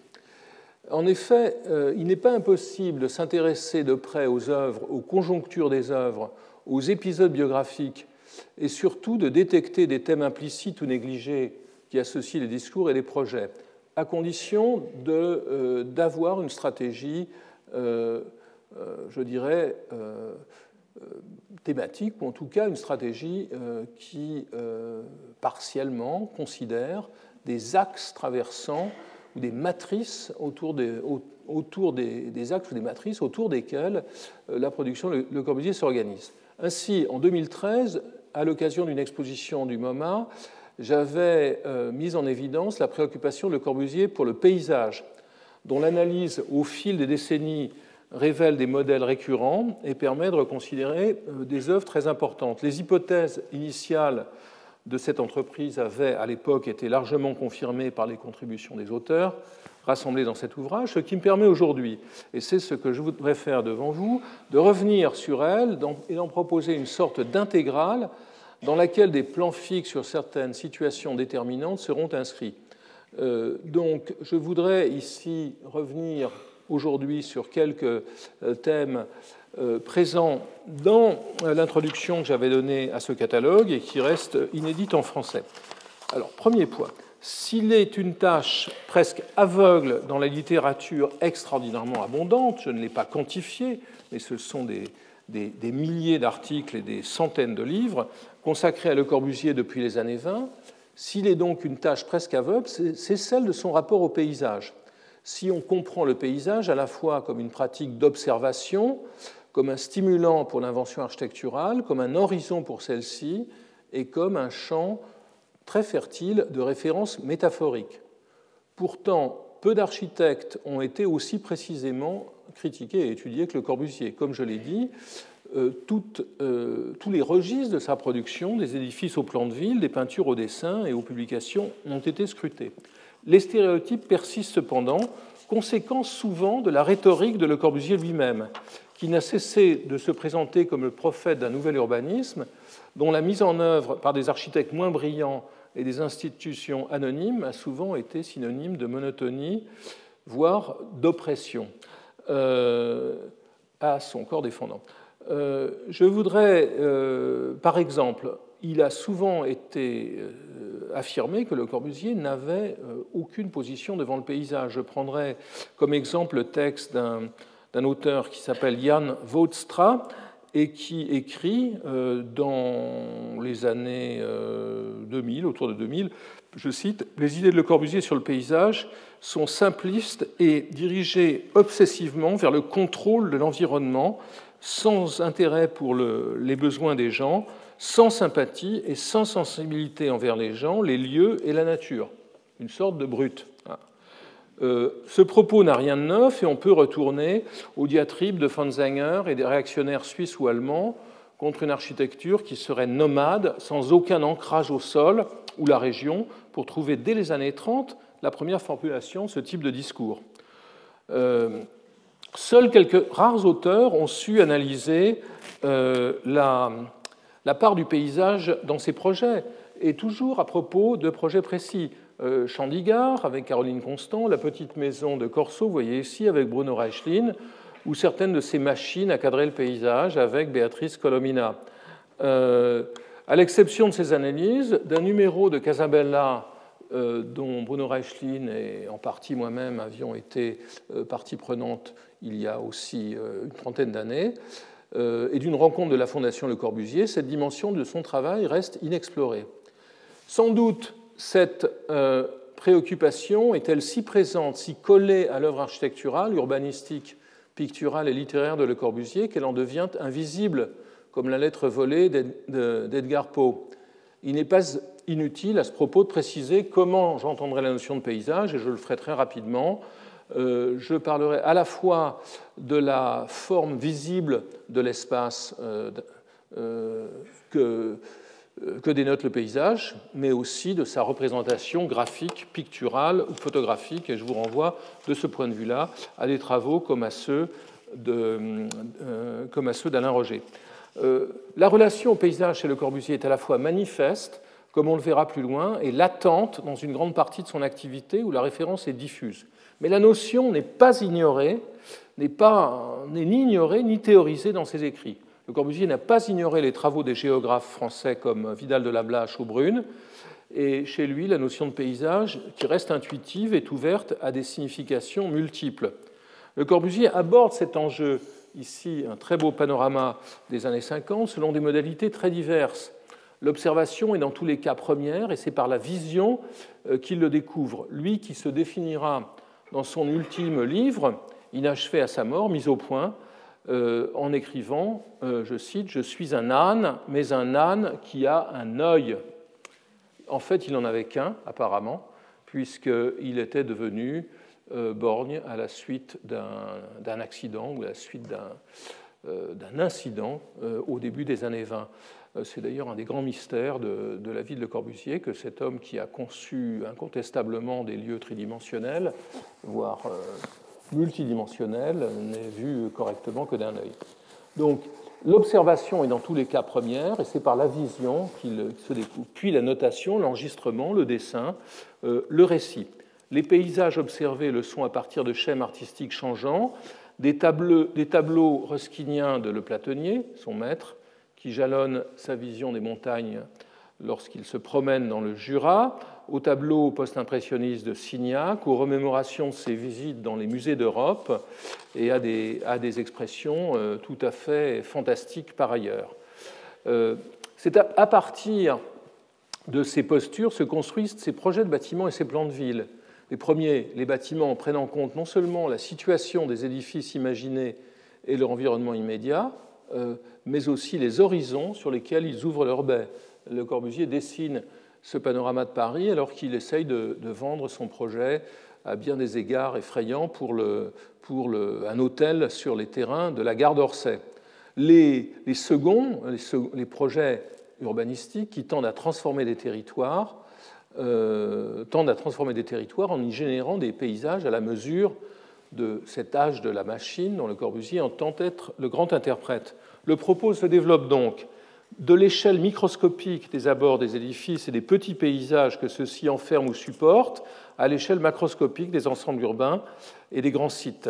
En effet, euh, il n'est pas impossible de s'intéresser de près aux œuvres, aux conjonctures des œuvres, aux épisodes biographiques, et surtout de détecter des thèmes implicites ou négligés qui associent les discours et les projets, à condition de, euh, d'avoir une stratégie, euh, euh, je dirais, euh, euh, thématique, ou en tout cas une stratégie euh, qui, euh, partiellement, considère des axes traversant ou des matrices autour, des, autour des, des axes ou des matrices autour desquelles la production Le, Le Corbusier s'organise. Ainsi, en deux mille treize, à l'occasion d'une exposition du MoMA, j'avais euh, mis en évidence la préoccupation de Le Corbusier pour le paysage, dont l'analyse au fil des décennies révèle des modèles récurrents et permet de reconsidérer euh, des œuvres très importantes. Les hypothèses initiales de cette entreprise avaient à l'époque été largement confirmées par les contributions des auteurs rassemblées dans cet ouvrage, ce qui me permet aujourd'hui, et c'est ce que je voudrais faire devant vous, de revenir sur elles et d'en proposer une sorte d'intégrale dans laquelle des plans fixes sur certaines situations déterminantes seront inscrits. Euh, donc, je voudrais ici revenir aujourd'hui sur quelques thèmes euh, présents dans l'introduction que j'avais donnée à ce catalogue et qui reste inédite en français. Alors, premier point. S'il est une tâche presque aveugle dans la littérature extraordinairement abondante, je ne l'ai pas quantifié, mais ce sont des, des, des milliers d'articles et des centaines de livres consacrés à Le Corbusier depuis les années vingt, s'il est donc une tâche presque aveugle, c'est celle de son rapport au paysage. Si on comprend le paysage à la fois comme une pratique d'observation, comme un stimulant pour l'invention architecturale, comme un horizon pour celle-ci, et comme un champ très fertile de références métaphoriques. Pourtant, peu d'architectes ont été aussi précisément critiqués et étudiés que Le Corbusier. Comme je l'ai dit, euh, toutes, euh, tous les registres de sa production, des édifices au plan de ville, des peintures au dessin et aux publications, ont été scrutés. Les stéréotypes persistent cependant, conséquence souvent de la rhétorique de Le Corbusier lui-même, qui n'a cessé de se présenter comme le prophète d'un nouvel urbanisme, dont la mise en œuvre par des architectes moins brillants et des institutions anonymes a souvent été synonyme de monotonie, voire d'oppression euh, à son corps défendant. Euh, je voudrais, euh, par exemple, il a souvent été euh, affirmé que Le Corbusier n'avait euh, aucune position devant le paysage. Je prendrai comme exemple le texte d'un, d'un auteur qui s'appelle Jan Voudstra, et qui écrit euh, dans les années euh, deux mille, autour de deux mille, je cite, « Les idées de Le Corbusier sur le paysage sont simplistes et dirigées obsessivement vers le contrôle de l'environnement, sans intérêt pour le, les besoins des gens, sans sympathie et sans sensibilité envers les gens, les lieux et la nature. » Une sorte de brute. Euh, ce propos n'a rien de neuf et on peut retourner aux diatribes de Fonsänger et des réactionnaires suisses ou allemands contre une architecture qui serait nomade, sans aucun ancrage au sol ou la région, pour trouver dès les années trente la première formulation de ce type de discours. Euh, seuls quelques rares auteurs ont su analyser euh, la, la part du paysage dans ces projets, et toujours à propos de projets précis. Euh, Chandigarh, avec Caroline Constant, la petite maison de Corso, vous voyez ici, avec Bruno Reichlin, ou certaines de ces machines à cadrer le paysage avec Béatrice Colomina. Euh, à l'exception de ces analyses, d'un numéro de Casabella euh, dont Bruno Reichlin et en partie moi-même avions été euh, partie prenante il y a aussi euh, une trentaine d'années, euh, et d'une rencontre de la Fondation Le Corbusier, cette dimension de son travail reste inexplorée. Sans doute, cette euh, préoccupation est-elle si présente, si collée à l'œuvre architecturale, urbanistique, picturale et littéraire de Le Corbusier qu'elle en devient invisible, comme la lettre volée d'Edgar Poe. Il n'est pas inutile à ce propos de préciser comment j'entendrai la notion de paysage, et je le ferai très rapidement. Euh, je parlerai à la fois de la forme visible de l'espace euh, euh, que, que dénote le paysage, mais aussi de sa représentation graphique, picturale ou photographique, et je vous renvoie de ce point de vue-là à des travaux comme à ceux de, euh, comme à ceux d'Alain Roger. Euh, la relation au paysage chez Le Corbusier est à la fois manifeste, comme on le verra plus loin, et latente dans une grande partie de son activité où la référence est diffuse. Mais la notion n'est pas ignorée, n'est pas, n'est ni ignorée ni théorisée dans ses écrits. Le Corbusier n'a pas ignoré les travaux des géographes français comme Vidal de Lablache ou Brune, et chez lui, la notion de paysage, qui reste intuitive, est ouverte à des significations multiples. Le Corbusier aborde cet enjeu, ici un très beau panorama des années cinquante, selon des modalités très diverses. L'observation est dans tous les cas première, et c'est par la vision qu'il le découvre. Lui qui se définira dans son ultime livre, inachevé à sa mort, mis au point, euh, en écrivant, euh, je cite, « Je suis un âne, mais un âne qui a un œil ». En fait, il n'en avait qu'un, apparemment, puisqu'il était devenu euh, borgne à la suite d'un accident ou à la suite d'un euh, d'un incident euh, au début des années vingt. C'est d'ailleurs un des grands mystères de, de la vie de Le Corbusier, que cet homme qui a conçu incontestablement des lieux tridimensionnels, voire euh, multidimensionnels, n'est vu correctement que d'un œil. Donc, l'observation est dans tous les cas première, et c'est par la vision qu'il se découvre. Puis la notation, l'enregistrement, le dessin, euh, le récit. Les paysages observés le sont à partir de schèmes artistiques changeants, des tableaux, des tableaux ruskiniens de Le Platonnier, son maître, qui jalonne sa vision des montagnes lorsqu'il se promène dans le Jura, aux tableaux post-impressionnistes de Signac, aux remémorations de ses visites dans les musées d'Europe et à des, à des expressions euh, tout à fait fantastiques par ailleurs. Euh, C'est à, à partir de ces postures se construisent ces projets de bâtiments et ces plans de ville. Les premiers, les bâtiments prennent en compte non seulement la situation des édifices imaginés et leur environnement immédiat, euh, mais aussi les horizons sur lesquels ils ouvrent leur baie. Le Corbusier dessine ce panorama de Paris alors qu'il essaye de, de vendre son projet à bien des égards effrayants pour, le, pour le, un hôtel sur les terrains de la gare d'Orsay. Les, les seconds, les, second, les projets urbanistiques qui tendent à transformer des territoires, euh, tendent à transformer des territoires en y générant des paysages à la mesure de cet âge de la machine dont Le Corbusier entend être le grand interprète. Le propos se développe donc de l'échelle microscopique des abords des édifices et des petits paysages que ceux-ci enferment ou supportent à l'échelle macroscopique des ensembles urbains et des grands sites.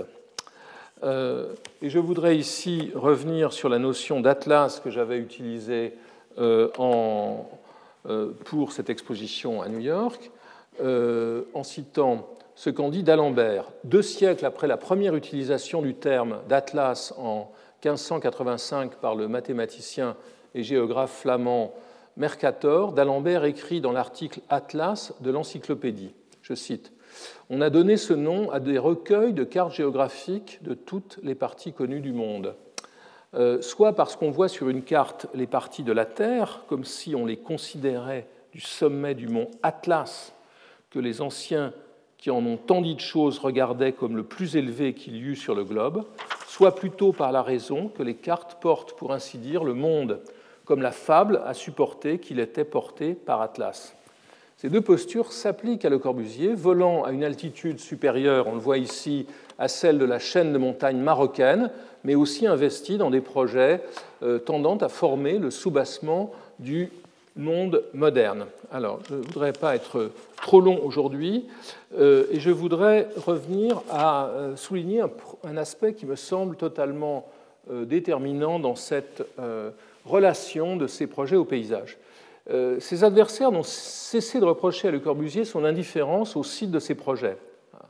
Euh, et je voudrais ici revenir sur la notion d'atlas que j'avais utilisée euh, en, euh, pour cette exposition à New York, euh, en citant ce qu'en dit d'Alembert. Deux siècles après la première utilisation du terme d'atlas en quinze cent quatre-vingt-cinq par le mathématicien et géographe flamand Mercator, d'Alembert écrit dans l'article Atlas de l'Encyclopédie. Je cite, « On a donné ce nom à des recueils de cartes géographiques de toutes les parties connues du monde, euh, soit parce qu'on voit sur une carte les parties de la Terre, comme si on les considérait du sommet du mont Atlas, que les anciens qui en ont tant dit de choses regardaient comme le plus élevé qu'il y eût sur le globe, soit plutôt par la raison que les cartes portent, pour ainsi dire, le monde, comme la fable a supporté qu'il était porté par Atlas. Ces deux postures s'appliquent à Le Corbusier, volant à une altitude supérieure, on le voit ici, à celle de la chaîne de montagnes marocaine, mais aussi investi dans des projets euh, tendant à former le soubassement du monde moderne. Alors, je ne voudrais pas être trop long aujourd'hui, euh, et je voudrais revenir à euh, souligner un, un aspect qui me semble totalement euh, déterminant dans cette euh, relation de ces projets au paysage. Euh, ses adversaires n'ont cessé de reprocher à Le Corbusier son indifférence au site de ses projets.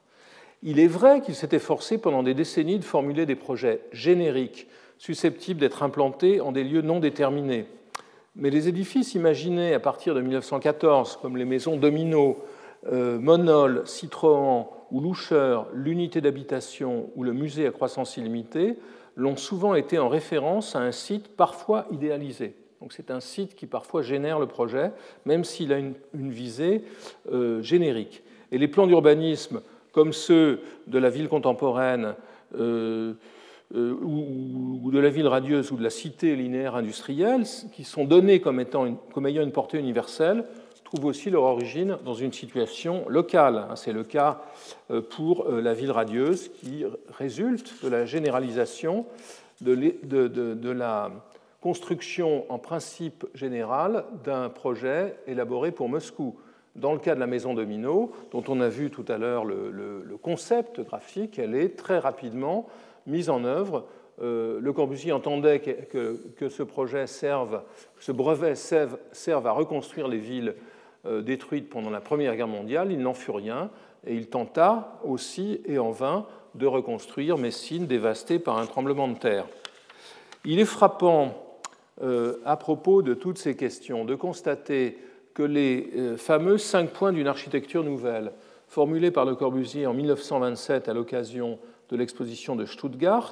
Il est vrai qu'il s'est efforcé pendant des décennies de formuler des projets génériques, susceptibles d'être implantés en des lieux non déterminés. Mais les édifices imaginés à partir de mille neuf cent quatorze, comme les maisons Domino, euh, Monol, Citroën ou Loucher, l'unité d'habitation ou le musée à croissance illimitée, l'ont souvent été en référence à un site parfois idéalisé. Donc c'est un site qui parfois génère le projet, même s'il a une, une visée euh, générique. Et les plans d'urbanisme, comme ceux de la ville contemporaine, euh, euh, ou, ou de la ville radieuse ou de la cité linéaire industrielle, qui sont donnés comme, étant une, comme ayant une portée universelle, trouvent aussi leur origine dans une situation locale. C'est le cas pour la ville radieuse qui résulte de la généralisation de, de, de, de la construction en principe général d'un projet élaboré pour Moscou. Dans le cas de la maison Domino, dont on a vu tout à l'heure le, le, le concept graphique, elle est très rapidement mise en œuvre. Euh, Le Corbusier entendait que, que, que ce projet serve, ce brevet serve, serve à reconstruire les villes euh, détruites pendant la Première Guerre mondiale. Il n'en fut rien et il tenta aussi, et en vain, de reconstruire Messine dévastée par un tremblement de terre. Il est frappant, euh, à propos de toutes ces questions, de constater que les euh, fameux cinq points d'une architecture nouvelle, formulés par Le Corbusier en mille neuf cent vingt-sept à l'occasion de l'exposition de Stuttgart,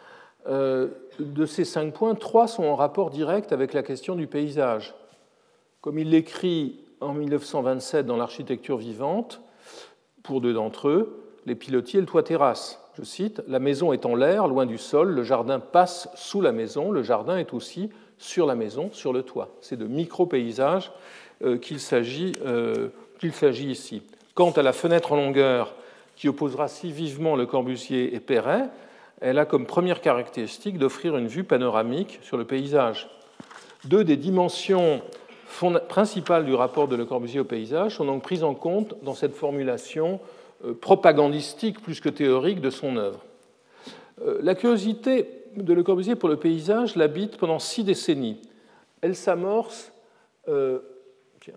euh, de ces cinq points, trois sont en rapport direct avec la question du paysage. Comme il l'écrit en mille neuf cent vingt-sept dans l'Architecture vivante, pour deux d'entre eux, les pilotis et le toit-terrasse. Je cite, « La maison est en l'air, loin du sol, le jardin passe sous la maison, le jardin est aussi sur la maison, sur le toit. » C'est de micro-paysages euh, qu'il s'agit, euh, qu'il s'agit ici. Quant à la fenêtre en longueur, qui opposera si vivement Le Corbusier et Perret, elle a comme première caractéristique d'offrir une vue panoramique sur le paysage. Deux des dimensions principales du rapport de Le Corbusier au paysage sont donc prises en compte dans cette formulation propagandistique plus que théorique de son œuvre. La curiosité de Le Corbusier pour le paysage l'habite pendant six décennies. Elle s'amorce, euh, tiens,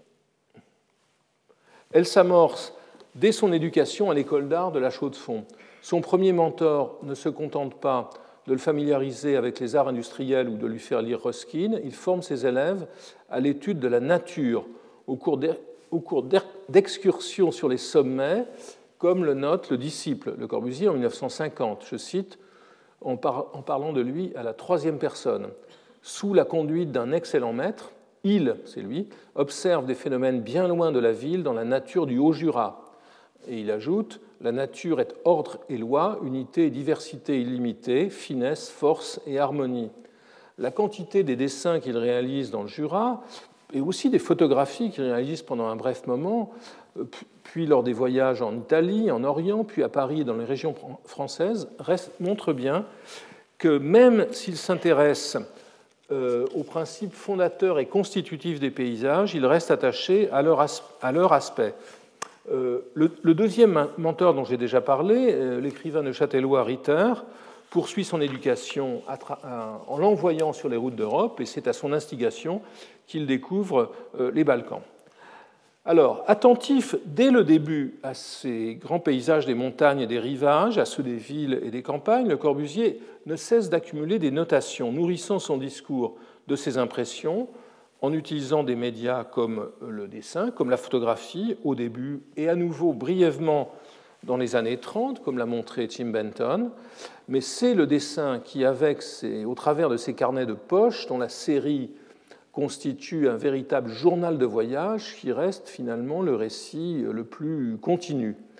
elle s'amorce dès son éducation à l'école d'art de la Chaux-de-Fonds. Son premier mentor ne se contente pas de le familiariser avec les arts industriels ou de lui faire lire Ruskin, il forme ses élèves à l'étude de la nature au cours d'excursions sur les sommets, comme le note le disciple Le Corbusier en mille neuf cent cinquante. Je cite, en, par, en parlant de lui à la troisième personne. Sous la conduite d'un excellent maître, il, c'est lui, observe des phénomènes bien loin de la ville dans la nature du Haut-Jura. Et il ajoute, la nature est ordre et loi, unité et diversité illimitée, finesse, force et harmonie. La quantité des dessins qu'il réalise dans le Jura, et aussi des photographies qu'il réalise pendant un bref moment, puis lors des voyages en Italie, en Orient, puis à Paris et dans les régions françaises, reste, montre bien que même s'il s'intéresse euh, aux principes fondateurs et constitutifs des paysages, il reste attaché à leur, as, à leur aspect. Euh, le, le deuxième mentor dont j'ai déjà parlé, euh, l'écrivain neuchâtelois Ritter, poursuit son éducation à tra- à, en l'envoyant sur les routes d'Europe, et c'est à son instigation qu'il découvre euh, les Balkans. Alors, attentif dès le début à ces grands paysages des montagnes et des rivages, à ceux des villes et des campagnes, Le Corbusier ne cesse d'accumuler des notations, nourrissant son discours de ses impressions, en utilisant des médias comme le dessin, comme la photographie au début, et à nouveau brièvement dans les années trente, comme l'a montré Tim Benton. Mais c'est le dessin qui, avec ses, au travers de ses carnets de poche, dont la série constitue un véritable journal de voyage, qui reste finalement le récit le plus continu.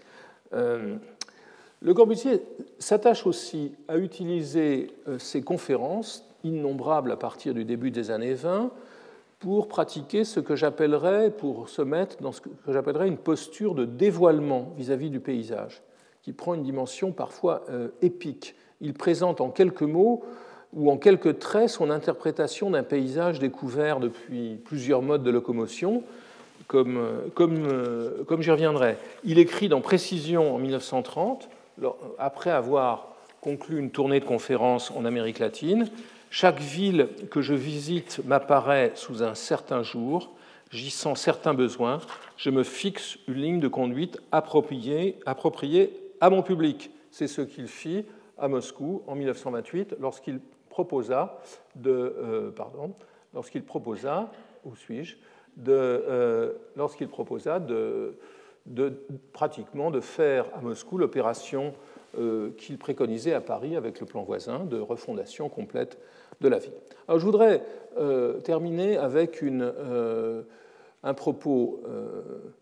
Euh, Le Corbusier s'attache aussi à utiliser ces conférences, innombrables à partir du début des années vingt, pour pratiquer ce que j'appellerais, pour se mettre dans ce que j'appellerais une posture de dévoilement vis-à-vis du paysage, qui prend une dimension parfois euh, épique. Il présente en quelques mots ou en quelques traits son interprétation d'un paysage découvert depuis plusieurs modes de locomotion, comme, comme, euh, comme j'y reviendrai. Il écrit dans Précision en mille neuf cent trente, après avoir conclu une tournée de conférences en Amérique latine: chaque ville que je visite m'apparaît sous un certain jour, j'y sens certains besoins, je me fixe une ligne de conduite appropriée, appropriée à mon public. C'est ce qu'il fit à Moscou en mille neuf cent vingt-huit lorsqu'il proposa de, euh, pardon, lorsqu'il proposa, où suis-je, de, euh, lorsqu'il proposa de De, pratiquement de faire à Moscou l'opération euh, qu'il préconisait à Paris avec le plan voisin de refondation complète de la ville. Alors, je voudrais euh, terminer avec une, euh, un propos euh,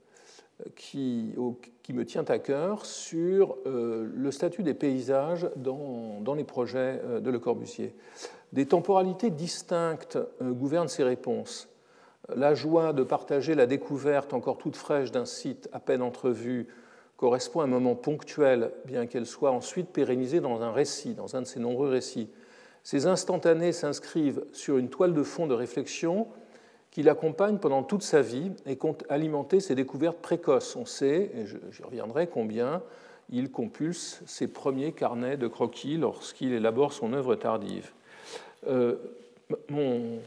qui, au, qui me tient à cœur sur euh, le statut des paysages dans, dans les projets de Le Corbusier. Des temporalités distinctes euh, gouvernent ces réponses. La joie de partager la découverte encore toute fraîche d'un site à peine entrevu correspond à un moment ponctuel, bien qu'elle soit ensuite pérennisée dans un récit, dans un de ses nombreux récits. Ces instantanés s'inscrivent sur une toile de fond de réflexion qui l'accompagne pendant toute sa vie et compte alimenter ses découvertes précoces. On sait, et j'y reviendrai, combien il compulse ses premiers carnets de croquis lorsqu'il élabore son œuvre tardive. Euh, mon...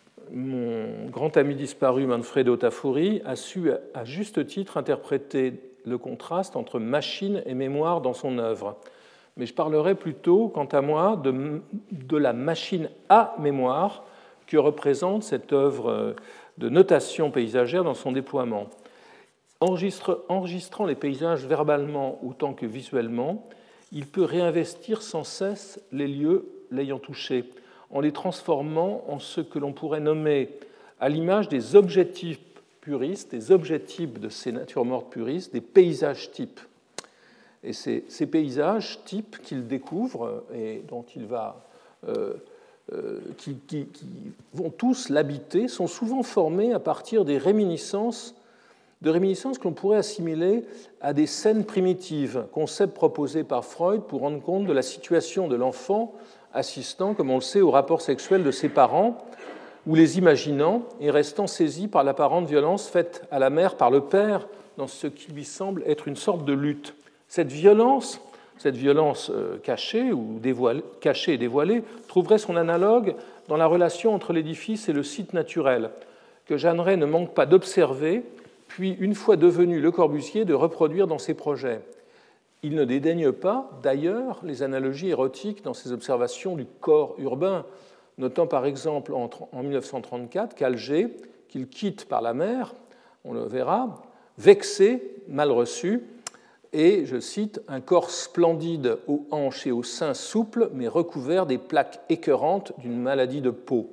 Mon grand ami disparu, Manfredo Tafuri, a su à juste titre interpréter le contraste entre machine et mémoire dans son œuvre. Mais je parlerai plutôt, quant à moi, de, de la machine à mémoire que représente cette œuvre de notation paysagère dans son déploiement. Enregistre, enregistrant les paysages verbalement autant que visuellement, il peut réinvestir sans cesse les lieux l'ayant touché, en les transformant en ce que l'on pourrait nommer, à l'image des objectifs puristes, des objectifs de ces natures mortes puristes, des paysages types. Et ces, ces paysages types qu'il découvre et dont il va, euh, euh, qui, qui, qui vont tous l'habiter, sont souvent formés à partir des réminiscences, de réminiscences que l'on pourrait assimiler à des scènes primitives, concept proposé par Freud pour rendre compte de la situation de l'enfant assistant, comme on le sait, au rapport sexuel de ses parents, ou les imaginant et restant saisis par l'apparente violence faite à la mère par le père dans ce qui lui semble être une sorte de lutte. Cette violence, cette violence cachée, ou dévoilée, cachée et dévoilée, trouverait son analogue dans la relation entre l'édifice et le site naturel, que Jeanneret ne manque pas d'observer, puis, une fois devenu Le Corbusier, de reproduire dans ses projets. Il ne dédaigne pas, d'ailleurs, les analogies érotiques dans ses observations du corps urbain, notant par exemple en mille neuf cent trente-quatre qu'Alger, qu'il quitte par la mer, on le verra, vexé, mal reçu, et, je cite, un corps splendide aux hanches et aux seins souples, mais recouvert des plaques écœurantes d'une maladie de peau.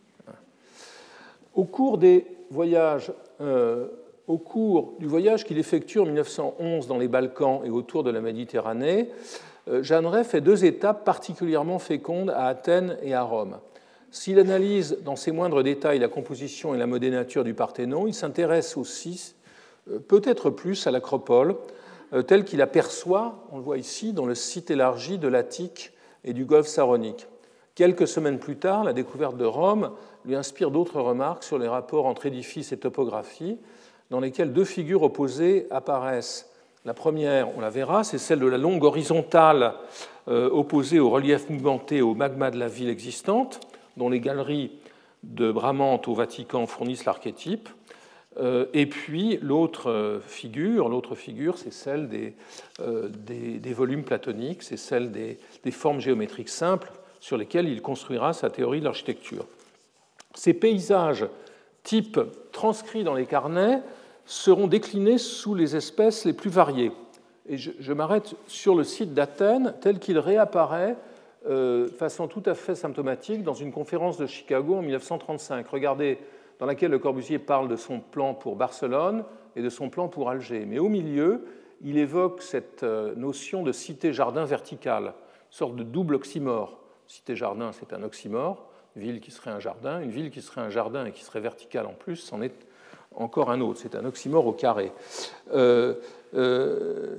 Au cours des voyages euh, Au cours du voyage qu'il effectue en mille neuf cent onze dans les Balkans et autour de la Méditerranée, Jeanneret fait deux étapes particulièrement fécondes à Athènes et à Rome. S'il analyse dans ses moindres détails la composition et la modénature du Parthénon, il s'intéresse aussi, peut-être plus, à l'Acropole, telle qu'il aperçoit, on le voit ici, dans le site élargi de l'Attique et du golfe Saronique. Quelques semaines plus tard, la découverte de Rome lui inspire d'autres remarques sur les rapports entre édifices et topographie, dans lesquelles deux figures opposées apparaissent. La première, on la verra, c'est celle de la longue horizontale euh, opposée au relief mouvementé au magma de la ville existante, dont les galeries de Bramante au Vatican fournissent l'archétype. Euh, et puis l'autre figure, l'autre figure, c'est celle des, euh, des, des volumes platoniques, c'est celle des, des formes géométriques simples sur lesquelles il construira sa théorie de l'architecture. Ces paysages types transcrits dans les carnets seront déclinés sous les espèces les plus variées. Et je, je m'arrête sur le site d'Athènes tel qu'il réapparaît euh, de façon tout à fait symptomatique dans une conférence de Chicago en mille neuf cent trente-cinq. Regardez, dans laquelle Le Corbusier parle de son plan pour Barcelone et de son plan pour Alger. Mais au milieu, il évoque cette notion de cité-jardin verticale, une sorte de double oxymore. Cité-jardin, c'est un oxymore, une ville qui serait un jardin, une ville qui serait un jardin et qui serait verticale en plus, c'en est encore un autre, c'est un oxymore au carré. Euh, euh,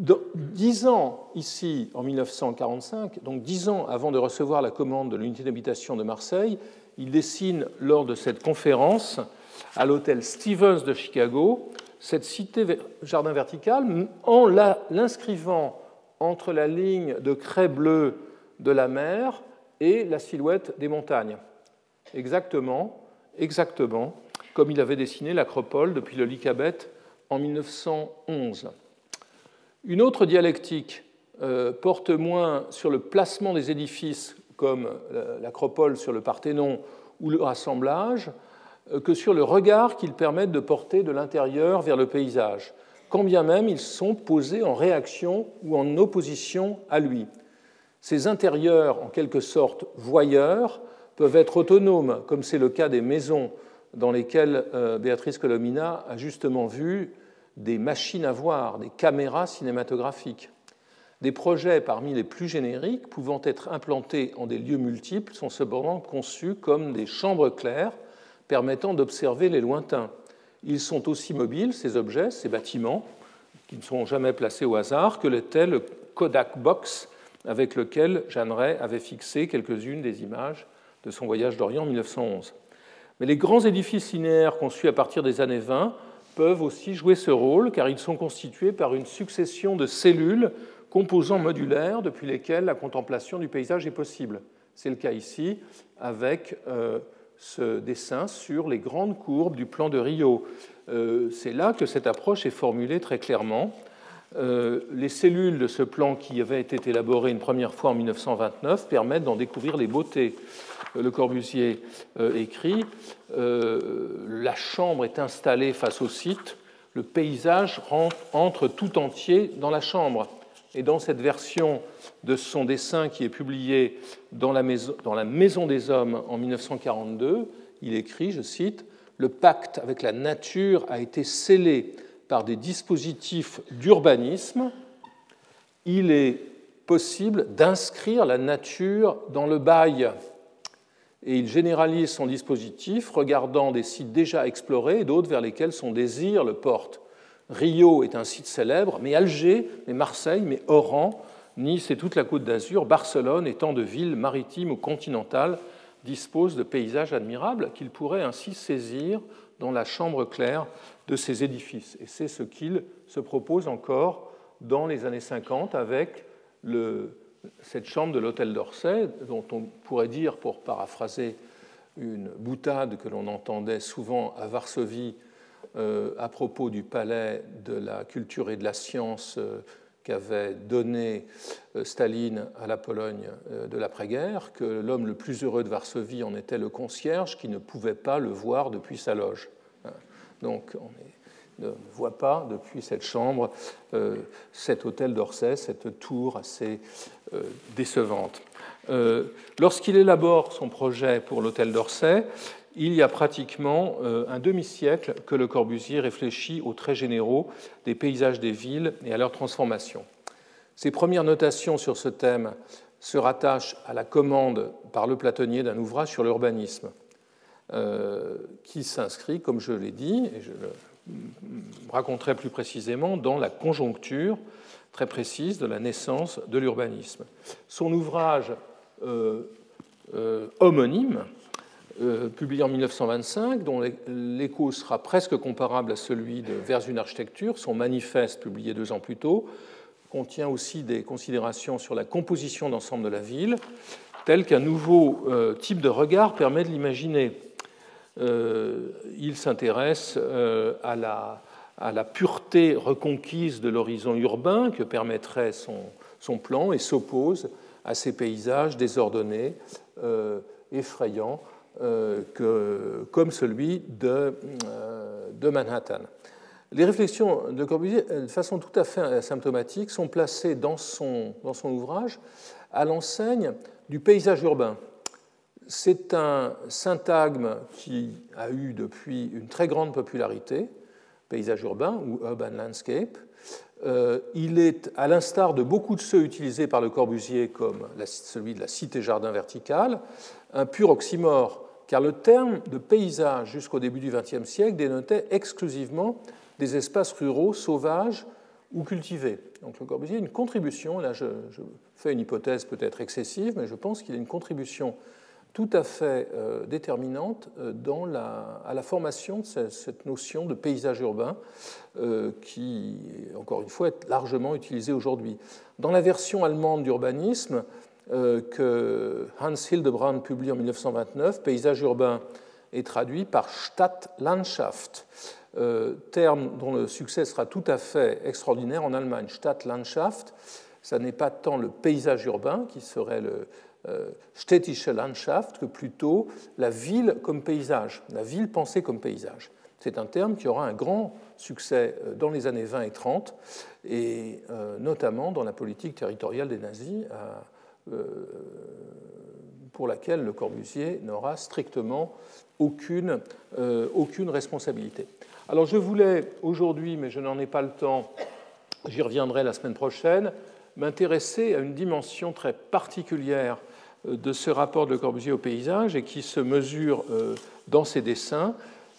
dix ans ici, en mille neuf cent quarante-cinq, donc dix ans avant de recevoir la commande de l'unité d'habitation de Marseille, il dessine lors de cette conférence à l'hôtel Stevens de Chicago cette cité-jardin verticale en l'inscrivant entre la ligne de craie bleue de la mer et la silhouette des montagnes. Exactement, exactement comme il avait dessiné l'Acropole depuis le Lycabette en mille neuf cent onze. Une autre dialectique euh, porte moins sur le placement des édifices, comme l'Acropole sur le Parthénon ou le rassemblage, euh, que sur le regard qu'ils permettent de porter de l'intérieur vers le paysage, quand bien même ils sont posés en réaction ou en opposition à lui. Ces intérieurs, en quelque sorte voyeurs, peuvent être autonomes, comme c'est le cas des maisons dans lesquelles euh, Béatrice Colomina a justement vu des machines à voir, des caméras cinématographiques. Des projets parmi les plus génériques, pouvant être implantés en des lieux multiples, sont cependant conçus comme des chambres claires permettant d'observer les lointains. Ils sont aussi mobiles, ces objets, ces bâtiments, qui ne sont jamais placés au hasard, que l'était le Kodak Box avec lequel Jeanne Ray avait fixé quelques-unes des images de son voyage d'Orient en mille neuf cent onze. Mais les grands édifices linéaires conçus à partir des années vingt peuvent aussi jouer ce rôle, car ils sont constitués par une succession de cellules, composants modulaires, depuis lesquels la contemplation du paysage est possible. C'est le cas ici avec euh, ce dessin sur les grandes courbes du plan de Rio. Euh, c'est là que cette approche est formulée très clairement. Euh, les cellules de ce plan, qui avait été élaboré une première fois en mille neuf cent vingt-neuf, permettent d'en découvrir les beautés. Le Corbusier euh, écrit euh, « La chambre est installée face au site, le paysage rentre, entre tout entier dans la chambre ». Et dans cette version de son dessin qui est publié dans la Maison, dans la Maison des Hommes en mille neuf cent quarante-deux, il écrit, je cite, « Le pacte avec la nature a été scellé par des dispositifs d'urbanisme. Il est possible d'inscrire la nature dans le bail. » Et il généralise son dispositif, regardant des sites déjà explorés et d'autres vers lesquels son désir le porte. Rio est un site célèbre, mais Alger, mais Marseille, mais Oran, Nice et toute la Côte d'Azur, Barcelone et tant de villes maritimes ou continentales disposent de paysages admirables qu'il pourrait ainsi saisir dans la chambre claire de ces édifices. Et c'est ce qu'il se propose encore dans les années cinquante avec le cette chambre de l'hôtel d'Orsay, dont on pourrait dire, pour paraphraser une boutade que l'on entendait souvent à Varsovie euh, à propos du palais de la culture et de la science euh, qu'avait donné euh, Staline à la Pologne euh, de l'après-guerre, que l'homme le plus heureux de Varsovie en était le concierge qui ne pouvait pas le voir depuis sa loge. Donc on est ne voit pas depuis cette chambre euh, cet hôtel d'Orsay, cette tour assez euh, décevante. Euh, lorsqu'il élabore son projet pour l'hôtel d'Orsay, il y a pratiquement euh, un demi-siècle que Le Corbusier réfléchit aux traits généraux des paysages des villes et à leur transformation. Ses premières notations sur ce thème se rattachent à la commande par le platonnier d'un ouvrage sur l'urbanisme, euh, qui s'inscrit, comme je l'ai dit, et je le raconterai plus précisément dans la conjoncture très précise de la naissance de l'urbanisme. Son ouvrage euh, euh, homonyme, euh, publié en mille neuf cent vingt-cinq, dont l'écho sera presque comparable à celui de Vers une architecture, son manifeste publié deux ans plus tôt, contient aussi des considérations sur la composition d'ensemble de la ville, tel qu'un nouveau euh, type de regard permet de l'imaginer. Euh, il s'intéresse euh, à, la, à la pureté reconquise de l'horizon urbain que permettrait son, son plan et s'oppose à ces paysages désordonnés, euh, effrayants, euh, que, comme celui de, euh, de Manhattan. Les réflexions de Corbusier, de façon tout à fait asymptomatique, sont placées dans son, dans son ouvrage à l'enseigne du paysage urbain. C'est un syntagme qui a eu depuis une très grande popularité, paysage urbain ou urban landscape, Euh, il est, à l'instar de beaucoup de ceux utilisés par Le Corbusier, comme la, celui de la cité-jardin verticale, un pur oxymore, car le terme de paysage jusqu'au début du vingtième siècle dénotait exclusivement des espaces ruraux, sauvages ou cultivés. Donc Le Corbusier a une contribution, là je, je fais une hypothèse peut-être excessive, mais je pense qu'il a une contribution tout à fait euh, déterminante euh, dans la, à la formation de cette, cette notion de paysage urbain euh, qui, encore une fois, est largement utilisée aujourd'hui. Dans la version allemande d'urbanisme euh, que Hans Hildebrand publie en mille neuf cent vingt-neuf, paysage urbain est traduit par Stadtlandschaft, euh, terme dont le succès sera tout à fait extraordinaire en Allemagne. Stadtlandschaft, ça n'est pas tant le paysage urbain qui serait le Euh, städtische Landschaft que plutôt la ville comme paysage, la ville pensée comme paysage. C'est un terme qui aura un grand succès dans les années vingt et trente, et euh, notamment dans la politique territoriale des nazis, euh, pour laquelle Le Corbusier n'aura strictement aucune, euh, aucune responsabilité. Alors je voulais aujourd'hui, mais je n'en ai pas le temps, j'y reviendrai la semaine prochaine, m'intéresser à une dimension très particulière de ce rapport de Le Corbusier au paysage et qui se mesure dans ses dessins.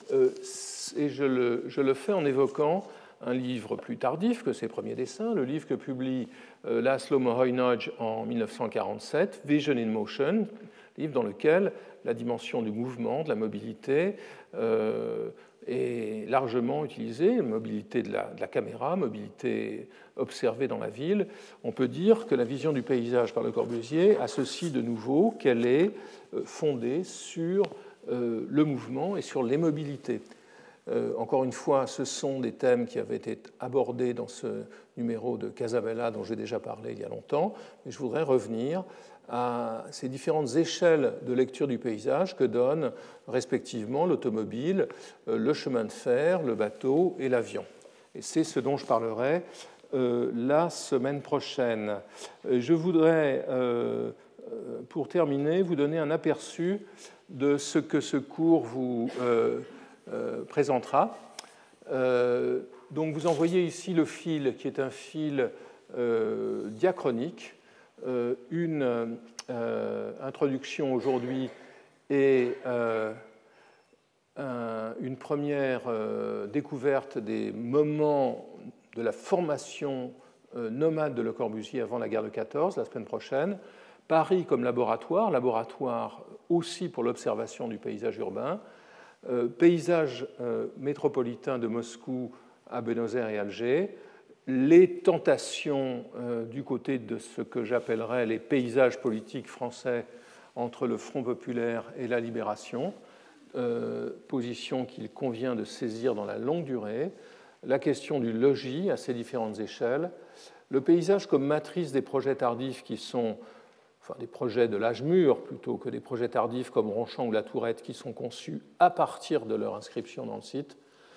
Et je le, je le fais en évoquant un livre plus tardif que ses premiers dessins, le livre que publie Laszlo Moholy-Nagy en mille neuf cent quarante-sept, Vision in Motion, livre dans lequel la dimension du mouvement, de la mobilité, euh, est largement utilisée, mobilité de la, de la caméra, mobilité observée dans la ville. On peut dire que la vision du paysage par Le Corbusier a ceci de nouveau, qu'elle est fondée sur euh, le mouvement et sur les mobilités. Euh, encore une fois, ce sont des thèmes qui avaient été abordés dans ce numéro de Casabella dont j'ai déjà parlé il y a longtemps, mais je voudrais revenir à ces différentes échelles de lecture du paysage que donnent respectivement l'automobile, le chemin de fer, le bateau et l'avion. Et c'est ce dont je parlerai euh, la semaine prochaine. Je voudrais, euh, pour terminer, vous donner un aperçu de ce que ce cours vous euh, euh, présentera. Euh, donc vous en voyez ici le fil qui est un fil euh, diachronique. Une euh, introduction aujourd'hui et euh, un, une première euh, découverte des moments de la formation euh, nomade de Le Corbusier avant la guerre de quatorze, la semaine prochaine. Paris comme laboratoire, laboratoire aussi pour l'observation du paysage urbain, euh, paysage euh, métropolitain de Moscou à Buenos Aires et Alger, les tentations euh, du côté de ce que j'appellerais les paysages politiques français entre le Front populaire et la Libération, euh, position qu'il convient de saisir dans la longue durée, la question du logis à ses différentes échelles, le paysage comme matrice des projets tardifs qui sont, enfin des projets de l'âge mûr plutôt que des projets tardifs comme Ronchamp ou La Tourette qui sont conçus à partir de leur inscription dans le site,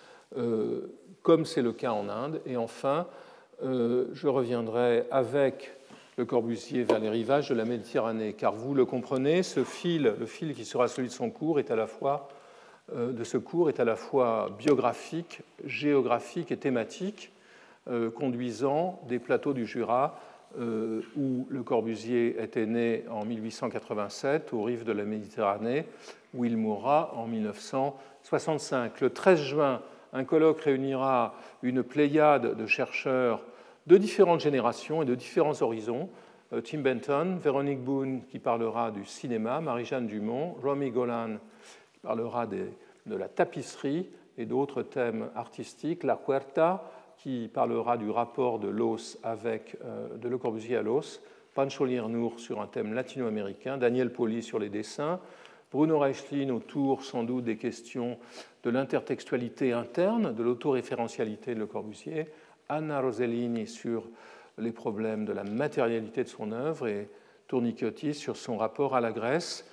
euh, comme c'est le cas en Inde. Et enfin, euh, je reviendrai avec Le Corbusier vers les rivages de la Méditerranée, car vous le comprenez, ce fil, le fil qui sera celui de son cours, est à la fois, euh, de ce cours est à la fois biographique, géographique et thématique, euh, conduisant des plateaux du Jura, euh, où Le Corbusier était né en mille huit cent quatre-vingt-sept, aux rives de la Méditerranée, où il mourra en mille neuf cent soixante-cinq. Le treize juin, un colloque réunira une pléiade de chercheurs de différentes générations et de différents horizons. Tim Benton, Véronique Boone qui parlera du cinéma, Marie-Jeanne Dumont, Romy Golan qui parlera des, de la tapisserie et d'autres thèmes artistiques, La Huerta qui parlera du rapport de Los avec, euh, de Le Corbusier à Los, Pancho Liernour sur un thème latino-américain, Daniel Poli sur les dessins, Bruno Reichlin autour sans doute des questions de l'intertextualité interne, de l'autoréférentialité de Le Corbusier, Anna Rosellini sur les problèmes de la matérialité de son œuvre et Tourniquetti sur son rapport à la Grèce.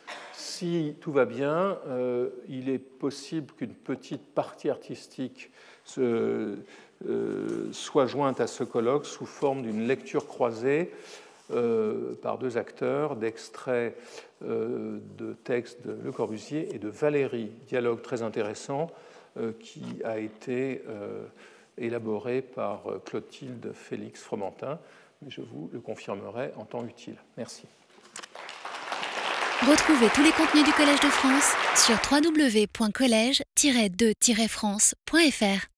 Si tout va bien, euh, il est possible qu'une petite partie artistique se, euh, soit jointe à ce colloque sous forme d'une lecture croisée Euh, par deux acteurs d'extraits euh, de textes de Le Corbusier et de Valéry, dialogue très intéressant euh, qui a été euh, élaboré par Clotilde Félix-Fromentin. Je vous le confirmerai en temps utile. Merci. Retrouvez tous les contenus du Collège de France sur w w w point collège tiret de tiret france point f r.